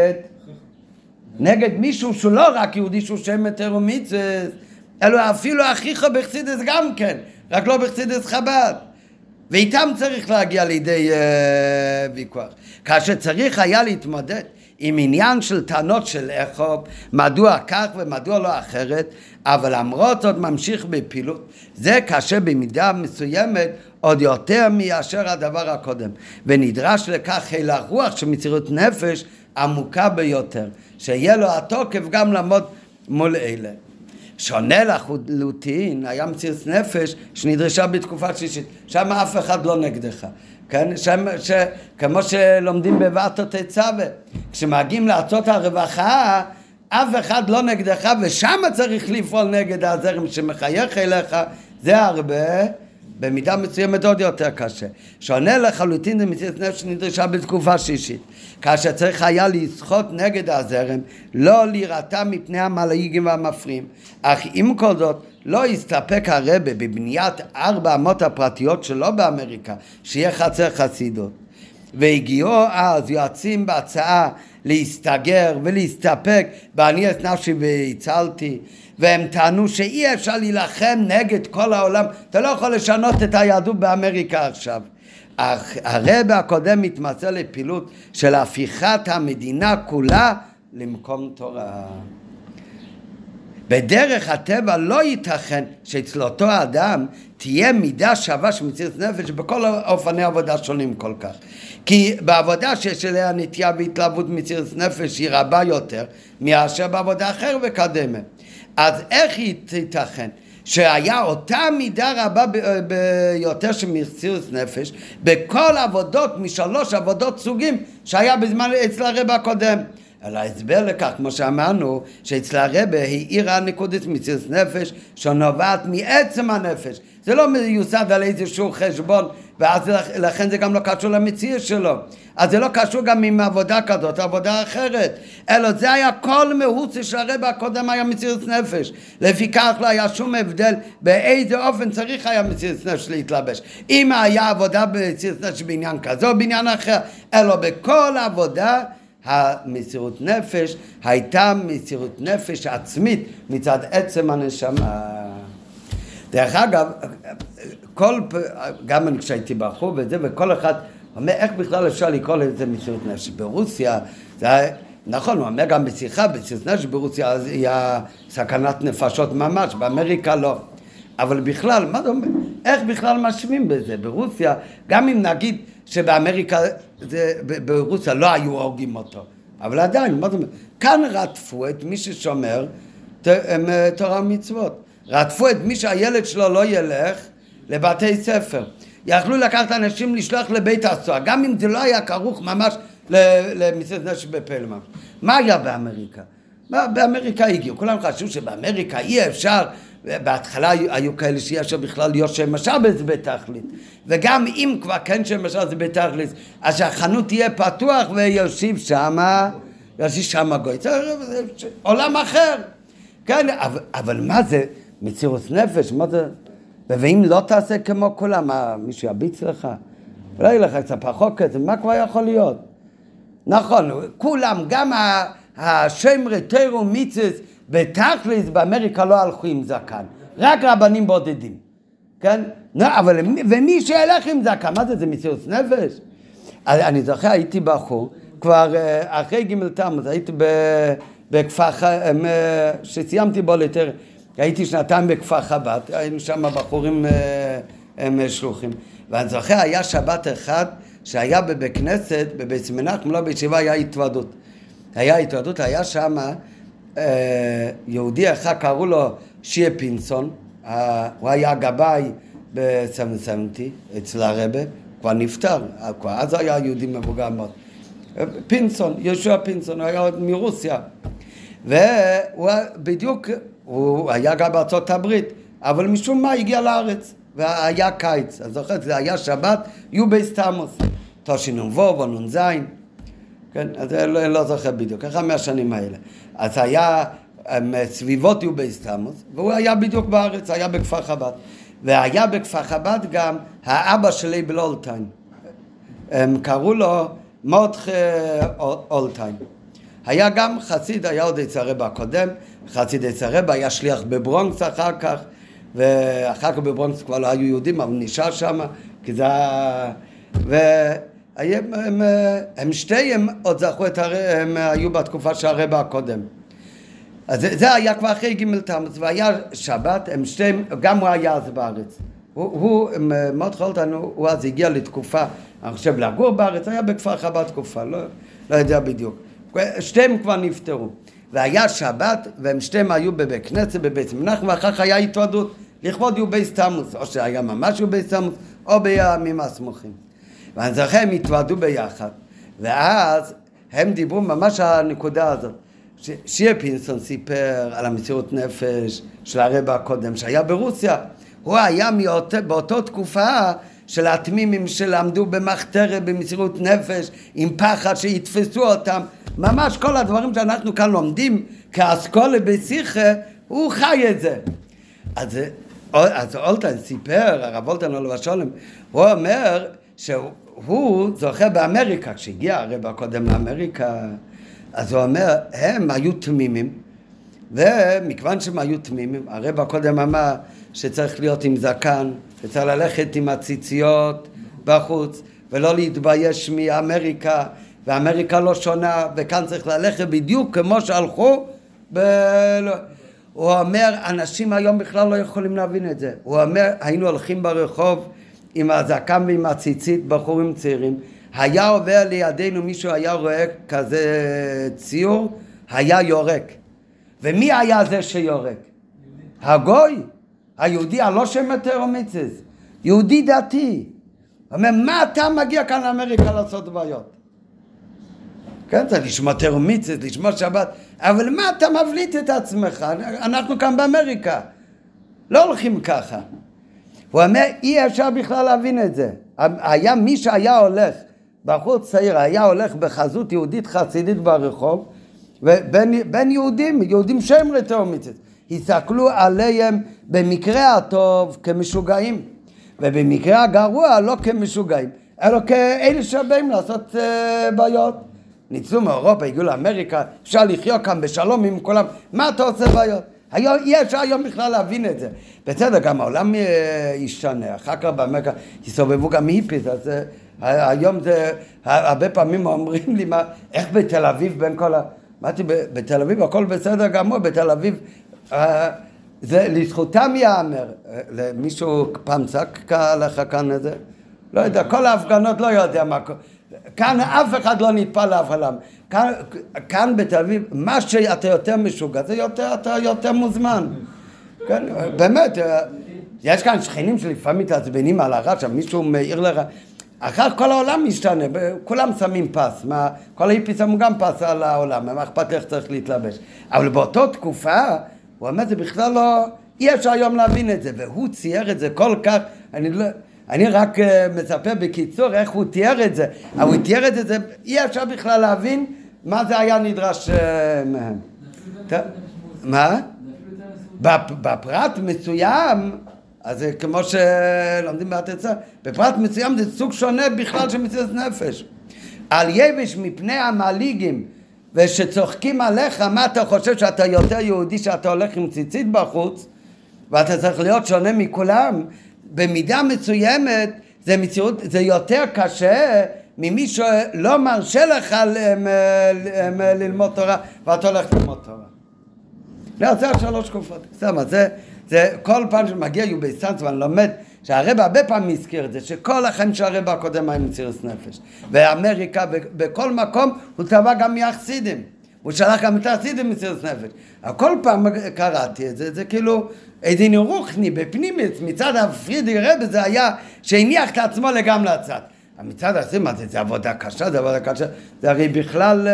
נגד מישהו שהוא לא רק יהודי שהוא שם תורה ומצוות, אלא אפילו אחיך בחסידות גם כן, רק לא בחסידות חב"ד, ואיתם צריך להגיע לידי ויכוח. כאשר צריך היה להתמודד עם עניין של טענות של אחיו, מדוע כך ומדוע לא אחרת, אבל למרות זאת ממשיך בפעילות. זה קשה במידה מסוימת עוד יותר מאשר הדבר הקודם, ונדרש לכך חיל הרוח של מסירות נפש עמוקה ביותר, שיהיה לו התוקף גם לעמוד מול אלה. שונה לחלוטין היה מסירות נפש שנדרשה בתקופה שלישית, שם אף אחד לא נגדך, כן? כמו שלומדים בוועתות צווה, כשמגיעים לארצות הרווחה אף אחד לא נגדך, ושם צריך לפעול נגד הזרם שמחייך אליך, זה הרבה במידה מסוימת עוד יותר קשה. שונה לחלוטין זה מסירות נפש שנדרשה בתקופה שישית, כאשר צריך היה לשחות נגד הזרם, לא להירתע מפני המלעיגים והמפריעים. אך עם כל זאת לא הסתפק הרבי בבניית 4 אמות הפרטיות שלו באמריקה, שיהיה חצר חסידות. והגיעו אז יועצים בהצעה להסתגר ולהסתפק באני את נפשי והצלתי, והם טענו שאי אפשר להילחם נגד כל העולם, אתה לא יכול לשנות את היהדות באמריקה עכשיו. אך הרבי הקודם מתמצא לפעילות של הפיכת המדינה כולה למקום תורה. בדרך הטבע לא ייתכן שאצל אותו האדם תהיה מידה שווה של מסירות נפש בכל אופני עבודה שונים כל כך. כי בעבודה שיש אליה נטייה והתלהבות מסירות נפש היא רבה יותר מאשר בעבודה אחרת וקדמת. אז איך ייתכן שהיה אותה מידה רבה ביותר של מסירות נפש בכל עבודות מ3 עבודות סוגים שהיה בזמן אצל הרבי הקודם? אלא הסבר לכך, כמו שאמרנו, שאצל הרבי היא עירה נקודית מסירות נפש שנובעת מעצם הנפש. זה לא מיוסד על איזשהו חשבון, ואז לכן זה גם לא קשור למציאות שלו. אז זה לא קשור גם עם עבודה כזאת, עבודה אחרת. אלא זה היה כל מהות של הרבי הקודם היה מסירות נפש. לפיכך לא היה שום הבדל באיזה אופן צריך היה מסירות נפש להתלבש. אם היה עבודה במסירות נפש בעניין כזה או בעניין אחר, אלא בכל עבודה המסירות נפש הייתה מסירות נפש עצמית מצד עצם הנשמה. דרך אגב, גם אני כשהייתי בחור וזה, וכל אחד אומר, איך בכלל אפשר לקרוא לזה מסירות נפש? ברוסיה, זה היה, נכון, הוא אומר גם בשיחה, מסירות נפש ברוסיה היה סכנת נפשות ממש, באמריקה לא. אבל בכלל, מה זה אומר? איך בכלל משווים בזה? ברוסיה, גם אם נגיד שבאמריקה, ברוסיה לא היו הורגים אותו, אבל עדיין, מה זה אומר? כאן רדפו את מי ששומר תורה ומצוות. רדפו את מי שהילד שלו לא ילך לבתי ספר. יכלו לקחת אנשים לשלוח לבית הסוהר, גם אם זה לא היה כרוך ממש למסירות נפש בפלמ"ח. מה היה באמריקה? באמריקה הגיעו, כולם חשבו שבאמריקה אי אפשר, בהתחלה היו כאלה שאי אפשר בכלל להיות שמשל זה בתכלית, וגם אם כבר כן שמשל זה בתכלית, אז שהחנות תהיה פתוח ויושיב שם גוי, עולם אחר. כן, אבל מה זה מסירות נפש? מה זה? ואם לא תעשה כמו כולם, מישהו יביץ לך? אולי יהיה לך קצת פחות כסף, מה כבר יכול להיות? נכון, כולם, גם השומרי תורה ומצוות בתכלית באמריקה לא הלכו עם זקן, רק רבנים בודדים, כן? אבל ומי שילך עם זקן, מה זה? זה מסירות נפש? אני זוכר, הייתי בחור, כבר אחרי ג' תמוז, הייתי בכפר, שסיימתי בו לתר, הייתי שנתיים בכפר חב"ד, היינו שם בחורים שלוחים, ואני זוכר, היה שבת אחד שהיה בבית כנסת, בבית מנחם, לא בישיבה, היה התוועדות. היה שם יהודי אחד, קראו לו שיה פינסון, הוא היה גבאי ב-770 אצל הרבה, כבר נפטר, כבר אז היה יהודי מבוגר מאוד. פינסון, יהושע פינסון, הוא היה עוד מרוסיה. והוא בדיוק, הוא היה גם בארצות הברית, אבל משום מה הגיע לארץ, והיה קיץ, אז זוכרת, זה היה שבת, יהיו בהסתמוס, תשנ"ו או נ"ז, כן, אז לא זוכר בדיוק, ככה מהשנים האלה. אז היה סביבות יהיו בהסתמוס, והוא היה בדיוק בארץ, היה בכפר חב"ד. והיה בכפר חב"ד גם האבא שלי בלולטיין, קראו לו מותח אולטיין. היה גם חסיד, היה עוד אצל הרב הקודם, חסיד אצל הרב, היה שליח בברונקס אחר כך, ואחר כך בברונקס כבר לא היו יהודים, אבל נשאר שם, כי זה הם שתיהם עוד זכו את הרב, הם היו בתקופה של הרב הקודם. אז זה היה כבר אחרי ג' תמוז, והיה שבת, הם שתיהם, גם הוא היה אז בארץ. הוא מותח אולטיין, הוא אז הגיע לתקופה, אני חושב לגור בארץ, היה בכפר חב"ד תקופה, לא יודע בדיוק. שתיהם כבר נפטרו. והיה שבת, והם שתיהם היו בבית כנסת, בבית מנחם, ואחר כך היה התוועדות לכבוד יובי סתמוס, או שהיה ממש יובי סתמוס, או בימים הסמוכים. ואני זוכר, הם התוועדו ביחד, ואז הם דיברו ממש על הנקודה הזאת. שיה פינסון סיפר על המסירות נפש של הרב הקודם, שהיה ברוסיה. הוא היה באותו תקופה של התמימים שלמדו במחתרת, במסירות נפש, עם פחד שיתפסו אותם. ממש כל הדברים שאנחנו כאן לומדים כאסכולה בשיחה, הוא חי את זה. אז אולטיין סיפר, הרב אולטיין עליו השלום, הוא אומר שהוא זוכה באמריקה, כשהגיע הרב הקודם לאמריקה, אז הוא אומר, הם היו תמימים, ומכיוון שהם היו תמימים, הרב הקודם אמר שצריך להיות עם זקן, וצריך ללכת עם הציציות בחוץ, ולא להתבייש מאמריקה, ואמריקה לא שונה, וכאן צריך ללכת בדיוק כמו שהלכו. הוא אומר, אנשים היום בכלל לא יכולים להבין את זה. הוא אומר, היינו הולכים ברחוב עם הזקן ועם הציצית, בחורים צעירים, היה עובר לידינו, מישהו היה רואה כזה ציור, היה יורק. ומי היה זה שיורק? הגוי, היהודי הלא שמתר ומצז, יהודי דתי. הוא אומר, מה אתה מגיע כאן לאמריקה לעשות בעיות? כן, זה לשמוע תרומיצת, לשמוע שבת, אבל מה אתה מבליט את עצמך? אנחנו כאן באמריקה, לא הולכים ככה. הוא אומר, אי אפשר בכלל להבין את זה. היה מי שהיה הולך, בחור צעיר, היה הולך בחזות יהודית חסידית ברחוב, ובין יהודים שהם תרומיצת, הסתכלו עליהם במקרה הטוב כמשוגעים, ובמקרה הגרוע לא כמשוגעים, אלא כאלה שבאים לעשות בעיות. ניצלו מאירופה, הגיעו לאמריקה, אפשר לחיות כאן בשלום עם כולם, מה אתה עושה בעיות? יש היום בכלל להבין את זה. בסדר, גם העולם ישתנה, אחר כך באמריקה יסובבו גם היפיס, אז היום זה, הרבה פעמים אומרים לי, איך בתל אביב בין כל אמרתי, בתל אביב הכל בסדר גמור, בתל אביב, זה לזכותם יאמר, מישהו פעם צעק לך כאן איזה, לא יודע, כל ההפגנות לא יודע מה, כאן אף אחד לא נטפל לאף אחד, כאן בתל אביב, מה שאתה יותר משוגע, זה יותר, אתה יותר מוזמן, כן, באמת, יש כאן שכנים שלפעמים מתעצבנים על הרעש, מישהו מעיר לך, אחר כל העולם משתנה, כולם שמים פס, כל ההיפי שמו גם פס על העולם, מה אכפת לי איך צריך להתלבש, אבל באותו תקופה, הוא אומר, זה בכלל לא, אי אפשר היום להבין את זה, והוא צייר את זה כל כך, אני רק מספר בקיצור איך הוא תיאר את זה, אבל הוא תיאר את זה, אי אפשר בכלל להבין מה זה היה נדרש מהם. מה? בפרט מסוים, אז זה כמו שלומדים בהתצה, בפרט מסוים זה סוג שונה בכלל של מציאות נפש. על יבש מפני המליגים, ושצוחקים עליך, מה אתה חושב שאתה יותר יהודי שאתה הולך עם ציצית בחוץ, ואתה צריך להיות שונה מכולם, במידה מסוימת זה יותר קשה ממי שלא מרשה לך ללמוד תורה, ואתה הולך ללמוד תורה. זה 3 תקופות. זה כל פעם שמגיע יובייסנס ואני לומד שהרבא הרבה פעמים הזכיר את זה, שכל החיים שהרבא הקודם היה מציאות נפש. ואמריקה, בכל מקום הוא טבע גם מיחסידים. הוא שלח גם את החסידים מציאות נפש. כל פעם קראתי את זה, זה כאילו איזה נרוחני בפנימית, מצד הפרידי רבא זה היה שהניח את עצמו לגמרי לצד. מצד החסידים, זה עבודה קשה, זה עבודה קשה, זה הרי בכלל,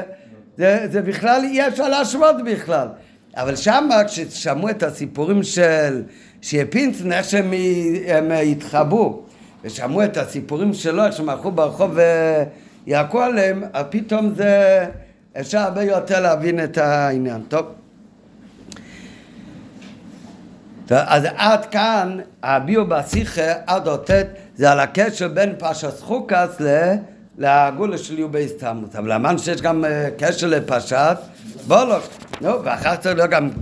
זה בכלל אי אפשר להשוות בכלל. אבל שם כששמעו את הסיפורים של שיפינצן, איך שהם התחבאו, ושמעו את הסיפורים שלו, איך שהם הלכו ברחוב ויעקו עליהם, פתאום זה אפשר הרבה יותר להבין את העניין. טוב. אז עד כאן, הביאו בשיחה עד אותת, זה על הקשר בין פרשת חוקס לגאולה של יובייס תמוז. אבל אמרנו שיש גם קשר לפרשת בולוק. ואחר כך לא גם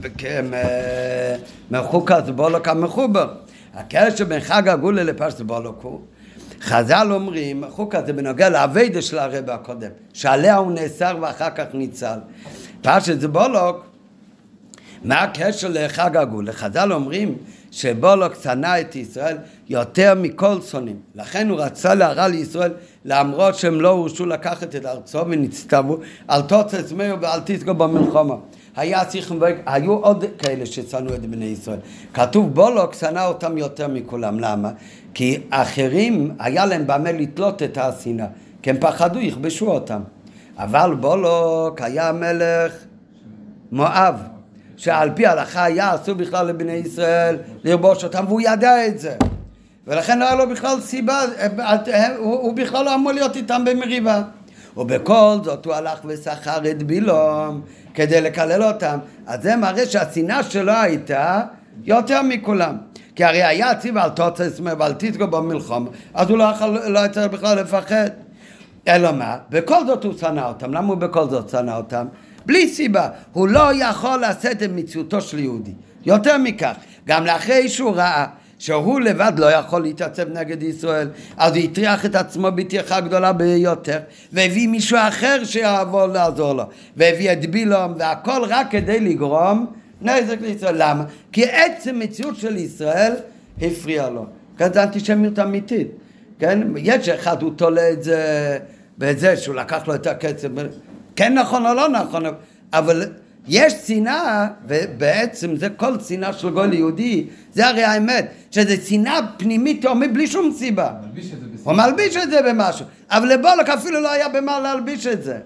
מחוקס בולוק המחובר. הקשר בין חג הגאולה לפרשת בולוק הוא, חז"ל אומרים, חוקס זה בנוגע לעבודה של הרב הקודם, שעליה הוא נאסר ואחר כך ניצל. פרשת בולוק, מה הקשר לחג הגאולה? חז"ל אומרים שבולוק שנא את ישראל יותר מכל שונאים. לכן הוא רצה להרע לישראל, למרות שהם לא הורשו לקחת את ארצו ונצטוו על תוצץ מאו ועל תסגו במלחמה. היו עוד כאלה ששנאו את בני ישראל. כתוב בולוק שנא אותם יותר מכולם. למה? כי אחרים היה להם במה לתלות את השנאה, כי הם פחדו, יכבשו אותם. אבל בולוק היה מלך מואב, שעל פי ההלכה היה אסור בכלל לבני ישראל לרבוש אותם, והוא ידע את זה. ולכן לא היה לו בכלל סיבה, הוא בכלל לא אמור להיות איתם במריבה. ובכל זאת הוא הלך ושכר את בילום כדי לקלל אותם. אז זה מראה שהשנאה שלו הייתה יותר מכולם. כי הרי היה ציב על תוצץ ועל תסגו במלחמה, אז הוא לא היה צריך בכלל לפחד. אלא מה? בכל זאת הוא שנא אותם. למה הוא בכל זאת שנא אותם? בלי סיבה. הוא לא יכול לעשות את מציאותו של יהודי. יותר מכך, גם לאחרי שהוא ראה שהוא לבד לא יכול להתעצב נגד ישראל, אז הוא הטריח את עצמו בטרחה גדולה ביותר, והביא מישהו אחר שיעבור לעזור לו, והביא את בילום, והכל רק כדי לגרום נזק לישראל. למה? כי עצם מציאות של ישראל הפריע לו. כן, זה אנטישמיות אמיתית. כן? יש אחד, הוא תולה את זה בזה שהוא לקח לו את הקצב. כן נכון או לא נכון, אבל יש שנאה, ובעצם זה כל שנאה של גוי ליהודי, זה הרי האמת, שזה שנאה פנימית תאומית בלי שום סיבה. הוא מלביש את זה במשהו, אבל לבולוק אפילו לא היה במה להלביש את זה.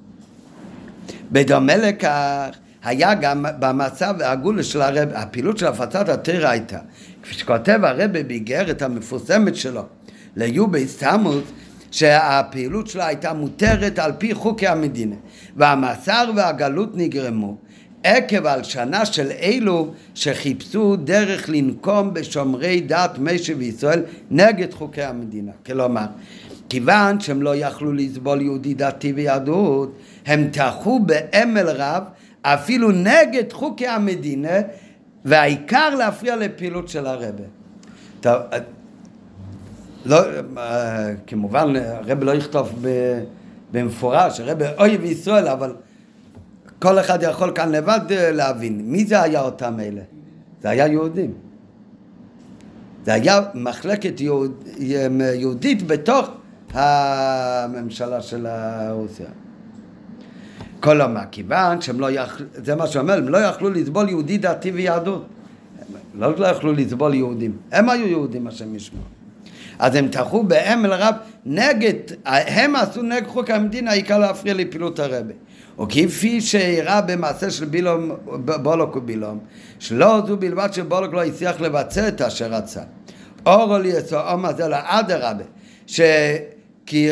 בדומה לכך, היה גם במצב הגאולה של הרב, הפעילות של הפצת התורה הייתה, כפי שכותב הרב באיגרת המפורסמת שלו, ליובייס תמוז, שהפעילות שלה הייתה מותרת על פי חוקי המדינה, והמסר והגלות נגרמו עקב הלשנה של אלו שחיפשו דרך לנקום בשומרי דת משה וישראל נגד חוקי המדינה. כלומר, כיוון שהם לא יכלו לסבול יהודי דתי ויהדות, הם תחו בעמל רב אפילו נגד חוקי המדינה, והעיקר להפריע לפעילות של הרב. טוב, לא, כמובן, הרב לא יכתוב במפורש, הרב אויב ישראל, אבל כל אחד יכול כאן לבד להבין. מי זה היה אותם אלה? זה היה יהודים. זה היה מחלקת יהודית בתוך הממשלה של רוסיה. כל כיוון שהם לא יכלו, זה מה שאומר, הם לא יכלו לסבול יהודי דתי ויהדות. הם לא יכלו לסבול יהודים. הם היו יהודים, השם ישמור. אז הם תחו באמל רב נגד, הם עשו נגד חוק המדינה, העיקר להפריע לפעילות הרבה. וכפי שהראה במעשה של בולוק ובילום, שלא זו בלבד שבולוק לא הצליח לבצע את אשר רצה. אורו לי יצאום הזה לאדרבה, כי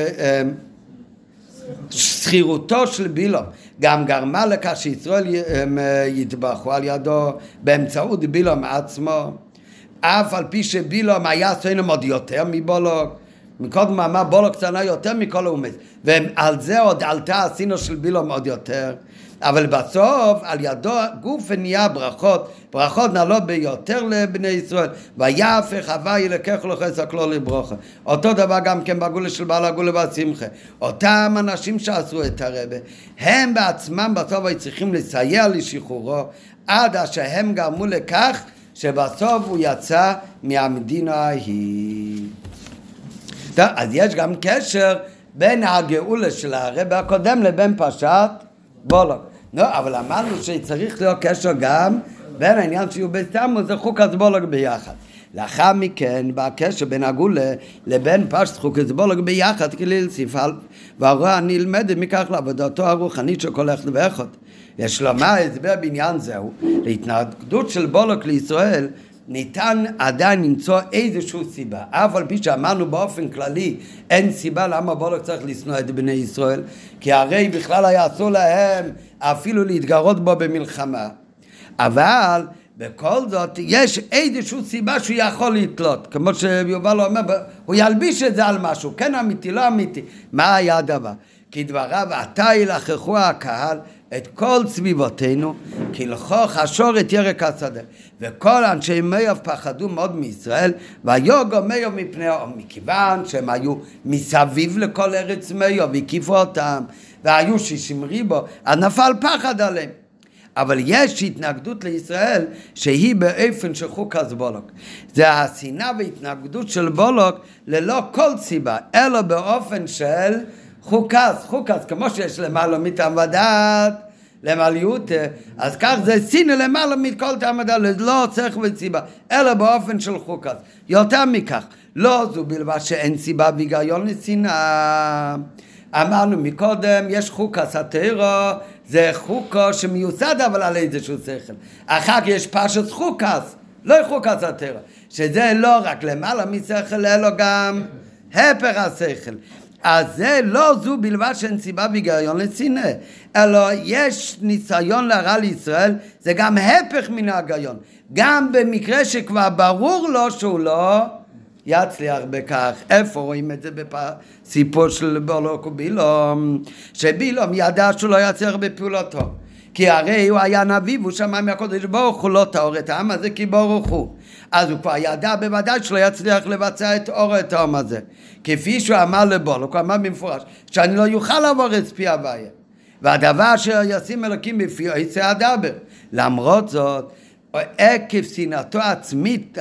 שכירותו של בילום גם גרמה לכך שישראל יתברכו על ידו באמצעות בילום עצמו, אף על פי שבילום היה סוינם עוד יותר מבולוק, מקודם אמר בולוק קטנה יותר מכל האומץ, ועל זה עוד עלתה הסינו של בילום עוד יותר, אבל בסוף על ידו גוף נהיה ברכות נעלות ביותר לבני ישראל, ויהפך הווי לקח לו חסק לא לברוכה. אותו דבר גם כן בגולה של בעל הגולה והשמחה. אותם אנשים שעשו את הרבה, הם בעצמם בסוף היו צריכים לסייע לשחרורו, עד אשר הם גרמו לכך שבסוף הוא יצא מהמדינה ההיא. טוב, אז יש גם קשר בין הגאולה של הרבה הקודם לבין פרשת בולוק. אבל אמרנו שצריך להיות קשר גם בין העניין שיהיו בתמוז וחוקת בולוק ביחד. לאחר מכן בקשר בין הגאולה לבין פרשת חוקת בולוק ביחד כליל סיפל, והרוע נלמדת מכך לעבודתו הרוחנית של כל אחד ואחד. יש לומר הסבר בעניין זהו, להתנגדות של בולוק לישראל ניתן עדיין למצוא איזושהי סיבה, אף על פי שאמרנו באופן כללי אין סיבה למה בולוק צריך לשנוא את בני ישראל, כי הרי בכלל היה אסור להם אפילו להתגרות בו במלחמה, אבל בכל זאת יש איזושהי סיבה שהוא יכול לתלות, כמו שיובל אומר, הוא ילביש את זה על משהו, כן אמיתי, לא אמיתי. מה היה הדבר? כי דבריו עתה ילחכו הקהל את כל סביבותינו, כי לכוך השור את ירק השדה, וכל אנשי מואב פחדו מאוד מישראל, ויוגו מואב מפני העם, מכיוון שהם היו מסביב לכל ארץ מואב, והקיפו אותם, והיו 60 ריבו, אז נפל פחד עליהם. אבל יש התנגדות לישראל שהיא באופן של חוקת בולוק. זה השנאה והתנגדות של בולוק ללא כל סיבה, אלא באופן של חוקת, כמו שיש למעלה מטעם ודעת, למעליות, אז כך זה שנאה למעלה מכל טעם ודעת, לא צריך וסיבה, אלא באופן של חוקת. יותר מכך, לא זו בלבד שאין סיבה והיגיון לשנאה. אמרנו מקודם, יש חוקת התורה, זה חוקה שמיוסד אבל על איזשהו שכל. אחר כך יש פרשת חוקת, לא חוקת התורה, שזה לא רק למעלה משכל, אלא גם הפך השכל. אז זה לא זו בלבד שאין סיבה והיגיון לשנאה, אלא יש ניסיון להרע לישראל, זה גם הפך מן ההיגיון. גם במקרה שכבר ברור לו שהוא לא יצליח בכך. איפה רואים את זה בסיפור של בולוק ובילום? שבילום ידע שהוא לא יצליח בפעולתו, כי הרי הוא היה נביא והוא שמע מהקודש ברוך הוא לא טהור את העם הזה כי ברוך הוא, אז הוא כבר ידע בוודאי שלא יצליח לבצע את אור את העם הזה, כפי שהוא אמר לבולוק, הוא אמר במפורש שאני לא יוכל לעבור את פי הוויה, והדבר אשר ישים אלוקים בפי יצא אדבר. למרות זאת, עקב שנאתו עצמית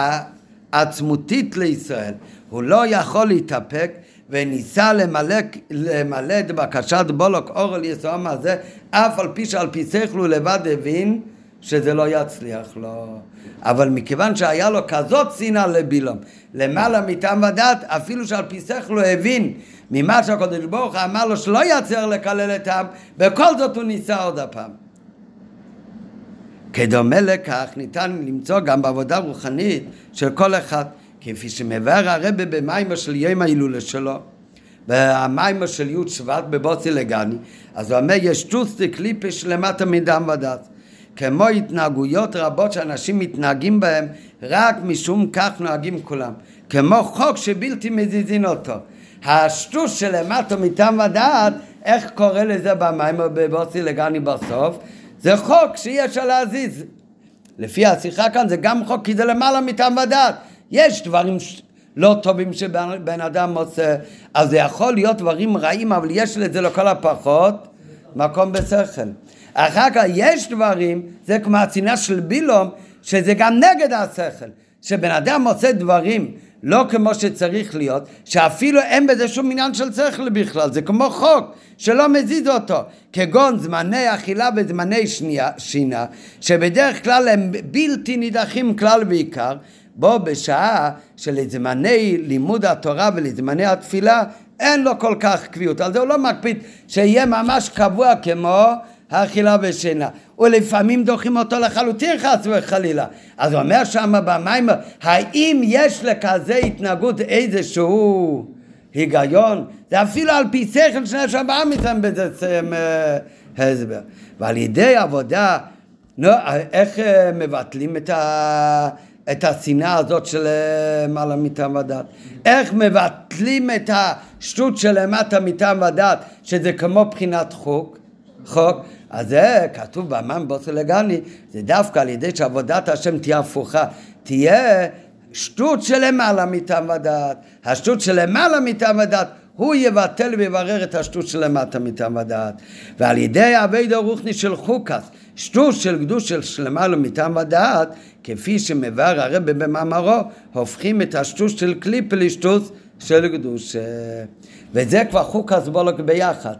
עצמותית לישראל, הוא לא יכול להתאפק וניסה למלא את בקשת בולוק אור על יסועם הזה, אף על פי שעל פי שכל הוא לבד הבין שזה לא יצליח לו. אבל מכיוון שהיה לו כזאת שנאה לבילום, למעלה מטעם ודעת, אפילו שעל פי שכל הוא הבין ממה שהקדוש ברוך הוא אמר לו שלא יצליח לקלל את העם, בכל זאת הוא ניסה עוד הפעם. כדומה לכך ניתן למצוא גם בעבודה רוחנית של כל אחד, כפי שמבאר הרב במיימר של יום ההילולה שלו, במיימר של י' שבט בבוסי לגני, אז הוא אומר יש טוסטי קליפה שלמטה מדם ודת, כמו התנהגויות רבות שאנשים מתנהגים בהם, רק משום כך נוהגים כולם, כמו חוק שבלתי מזיזין אותו. השטוס שלמטה מדם ודת, איך קורא לזה במיימר בבוסי לגני בסוף? זה חוק שאי אפשר להזיז. לפי השיחה כאן זה גם חוק כי זה למעלה מטעם ודעת. יש דברים לא טובים שבן אדם עושה, אז זה יכול להיות דברים רעים, אבל יש לזה לכל הפחות מקום בשכל. אחר כך יש דברים, זה כמו הצנעה של בילום, שזה גם נגד השכל, שבן אדם עושה דברים לא כמו שצריך להיות, שאפילו אין בזה שום עניין של שכל בכלל, זה כמו חוק שלא מזיז אותו, כגון זמני אכילה וזמני שינה, שבדרך כלל הם בלתי נידחים כלל ועיקר, בו בשעה שלזמני לימוד התורה ולזמני התפילה אין לו כל כך קביעות, על זה הוא לא מקפיד שיהיה ממש קבוע כמו האכילה ושינה, ולפעמים דוחים אותו לחלוטין חס וחלילה. אז הוא אומר שם במים, האם יש לכזה התנהגות איזשהו היגיון? זה אפילו על פי שכל שני שבעה מצאים בזה הסבר. ועל ידי עבודה, איך מבטלים את השנאה הזאת של מעלה מטעם ודעת? איך מבטלים את השטות של למטה מטעם ודעת, שזה כמו בחינת חוק? אז זה כתוב באמן בוסר לגני, זה דווקא על ידי שעבודת השם תהיה הפוכה, תהיה שטות של למעלה מטעם ודעת. השטות של למעלה מטעם ודעת, הוא יבטל ויברר את השטות של למטה מטעם ודעת. ועל ידי עבודה רוחני של חוקס, שטות של קדוש של למעלה מטעם ודעת, כפי שמבאר הרב במאמרו, הופכים את השטות של קליפה לשטות של קדוש. וזה כבר חוקס בולוק ביחד.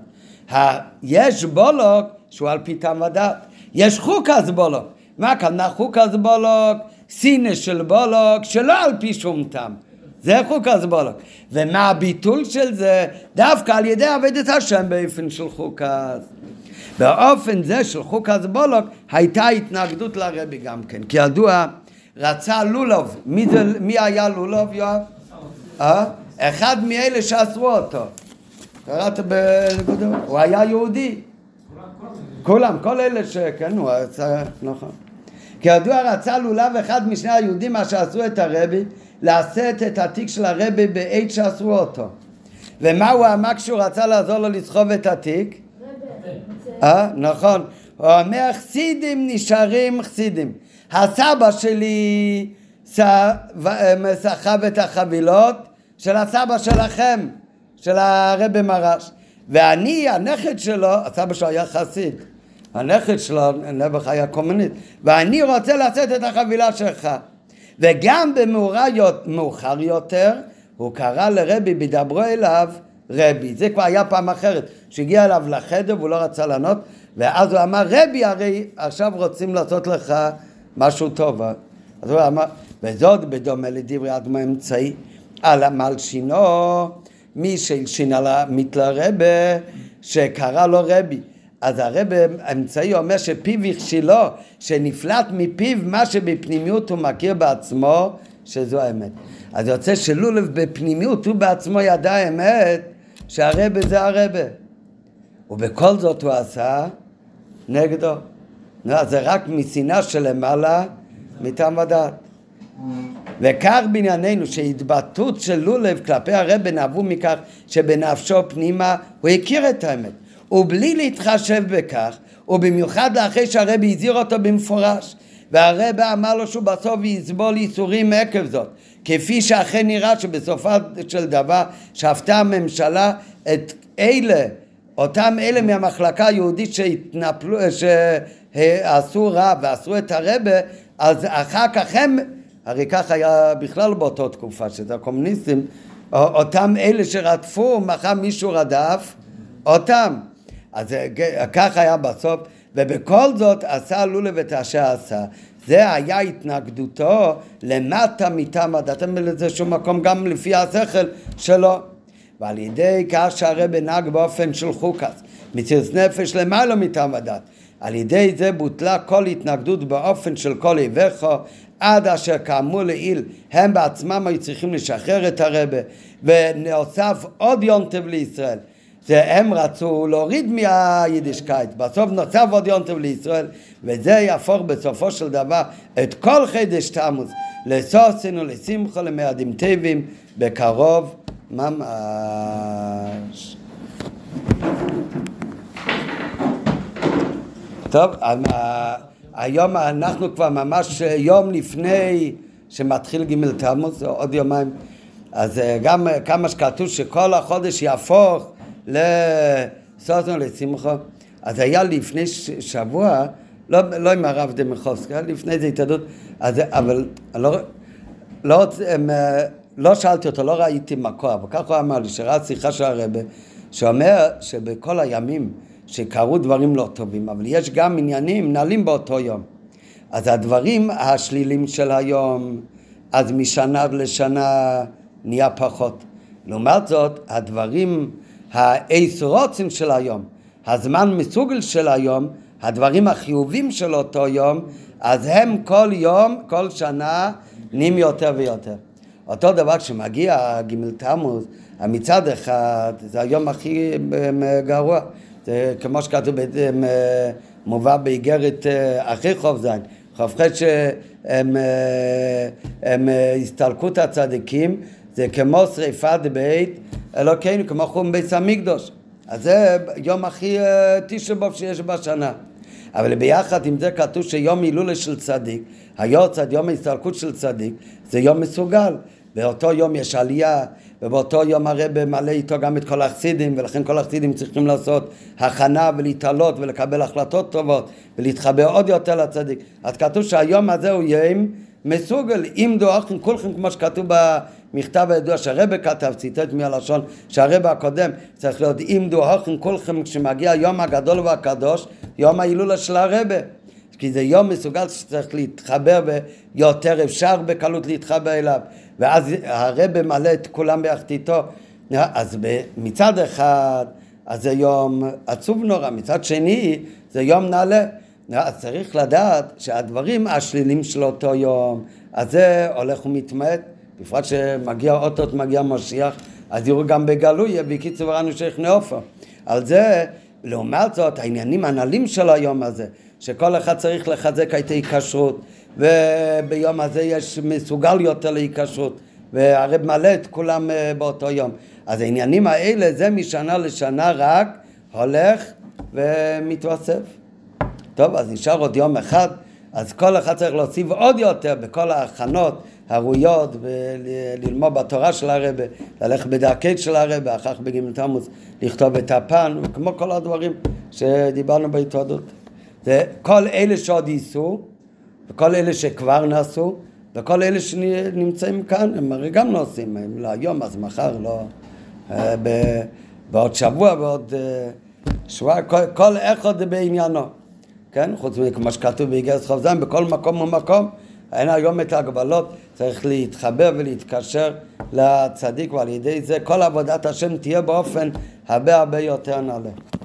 יש בולוק שהוא על פי טעם ודעת, יש חוקס בולוק. מה כאן חוקס בולוק? סינא של בולוק שלא על פי שום טעם, זה חוקס בולוק. ומה הביטול של זה? דווקא על ידי עבודת השם באופן של חוקס. באופן זה של חוקס בולוק הייתה התנגדות לרבי גם כן, כי ידוע רצה לולוב. מי היה לולוב, יואב? אחד מאלה שאסרו אותו. קראת בנקודה, הוא היה יהודי. כולם, כל אלה שכן, הוא עשה, נכון. כי ידוע רצה לולב אחד משני היהודים מה שעשו את הרבי, לעשות את התיק של הרבי בעת שעשו אותו. ומה הוא אמר כשהוא רצה לעזור לו לסחוב את התיק? נכון. הוא אומר, חסידים נשארים חסידים. הסבא שלי סחב את החבילות של הסבא שלכם, של הרבי מרש. ואני, הנכד שלו, הסבא שלו היה חסיד, הנכד שלו, נבח היה קומוניסט, ואני רוצה לעשות את החבילה שלך. וגם במאוחר יותר, הוא קרא לרבי, בדברו אליו רבי. זה כבר היה פעם אחרת, שהגיע אליו לחדר והוא לא רצה לענות, ואז הוא אמר, רבי, הרי עכשיו רוצים לעשות לך משהו טוב. אז הוא אמר, וזאת בדומה לדברי אדמו אמצעי, על המלשינו, מי שהלשין על המתלרבה שקרא לו רבי. אז הרבי האמצעי אומר שפיו הכשילו, שנפלט מפיו מה שבפנימיות הוא מכיר בעצמו, שזו האמת. אז יוצא שלולב בפנימיות הוא בעצמו ידע האמת שהרבי זה הרבי, ובכל זאת הוא עשה נגדו. זה רק משנאה שלמעלה מטעם ודעת. וכך בענייננו שהתבטאות של לולב כלפי הרבי נבעו מכך שבנפשו פנימה הוא הכיר את האמת, ובלי להתחשב בכך, ובמיוחד לאחרי שהרבי הזהיר אותו במפורש, והרבי אמר לו שהוא בסוף יסבול ייסורים עקב זאת, כפי שאכן נראה שבסופה של דבר שפטה הממשלה את אלה, אותם אלה מהמחלקה היהודית שהתנפלו, שעשו רע ועשו את הרבי, אז אחר כך הם, הרי כך היה בכלל באותה תקופה שזה הקומוניסטים, אותם אלה שרדפו, מחר מישהו רדף אותם, אז כך היה בסוף. ובכל זאת עשה לולב את אשר עשה, זה היה התנגדותו למטה מטעם ודעת, אין לזה שום מקום גם לפי השכל שלו. ועל ידי כך שהרבי נהג באופן של חוקס, מציאות נפש למעלה מטעם ודעת, על ידי זה בוטלה כל התנגדות באופן של כל איבך, עד אשר כאמור לעיל הם בעצמם היו צריכים לשחרר את הרבי, ונוסף עוד יום טוב לישראל, הם רצו להוריד מהיידישקייט, בסוף נוסף עוד יום טוב לישראל, וזה יהפוך בסופו של דבר את כל חידש תמוז לסוסן ולשמחו למאדים טובים בקרוב ממש. טוב, היום אנחנו כבר ממש יום לפני שמתחיל ג' תמוז, עוד יומיים, אז גם כמה שכתוב שכל החודש יהפוך לסוסון לשמחו, אז היה לפני שבוע, לא עם הרב דמיכובסקי, לפני זה התעדות, אבל לא שאלתי אותו, לא ראיתי מקור, אבל כך הוא אמר לי, שראה שיחה של הרבי, שאומר שבכל הימים שקרו דברים לא טובים, אבל יש גם עניינים נעלים באותו יום. אז הדברים השלילים של היום, אז משנה לשנה נהיה פחות. לעומת זאת, הדברים האיסורוצים של היום, הזמן מסוגל של היום, הדברים החיובים של אותו יום, אז הם כל יום, כל שנה, נהיים יותר ויותר. אותו דבר כשמגיע ג' תמוז, מצד אחד, זה היום הכי גרוע. זה כמו שכתוב מובא באיגרת אחרי חוב זין. חוב ח' שהם הסתלקות הצדיקים, זה כמו שריפת בית אלוקינו, כמו חום בית המקדוש. אז זה יום הכי תשעה באב שיש בשנה. אבל ביחד עם זה כתוב שיום הילולה של צדיק, היורצייט, יום ההסתלקות של צדיק, זה יום מסוגל. באותו יום יש עלייה, ובאותו יום הרב מעלה איתו גם את כל החסידים, ולכן כל החסידים צריכים לעשות הכנה ולהתעלות ולקבל החלטות טובות ולהתחבר עוד יותר לצדיק. אז כתוב שהיום הזה הוא יום מסוגל, אם דואחים כולכם, כמו שכתוב במכתב הידוע שהרב כתב, ציטט מהלשון שהרב הקודם, צריך להיות אם דואחים כולכם, כשמגיע היום הגדול והקדוש, יום ההילולה של הרב, כי זה יום מסוגל שצריך להתחבר ויותר אפשר בקלות להתחבר אליו, ואז הרב מלא את כולם ביחד איתו. אז מצד אחד אז זה יום עצוב נורא, מצד שני זה יום נעלה. אז צריך לדעת שהדברים השלילים של אותו יום, אז זה הולך ומתמעט, בפרט שמגיע אוטוט, מגיע משיח, אז יראו גם בגלוי, בקיצור ראינו שייך נאופו. על זה, לעומת זאת, העניינים הנעלים של היום הזה, שכל אחד צריך לחזק את ההיקשרות, וביום הזה יש מסוגל יותר להיקשרות, והרב מלא את כולם באותו יום. אז העניינים האלה, זה משנה לשנה רק הולך ומתווסף. טוב, אז נשאר עוד יום אחד, אז כל אחד צריך להוסיף עוד יותר בכל ההכנות הראויות, וללמוד בתורה של הרב, ללכת בדרכי של הרב, אחר כך בג' תמוז לכתוב את הפן, כמו כל הדברים שדיברנו בהתוודות. זה כל אלה שעוד ייסו, וכל אלה שכבר נעשו, וכל אלה שנמצאים כאן, הם הרי גם לא עושים, הם לא היום, אז מחר, לא, בעוד שבוע, בעוד שבוע, כל אחד בעניינו. כן? חוץ מכמו שכתוב באיגרת חוב זין, בכל מקום ומקום, אין היום את ההגבלות, צריך להתחבר ולהתקשר לצדיק, ועל ידי זה כל עבודת השם תהיה באופן הרבה יותר נעלה.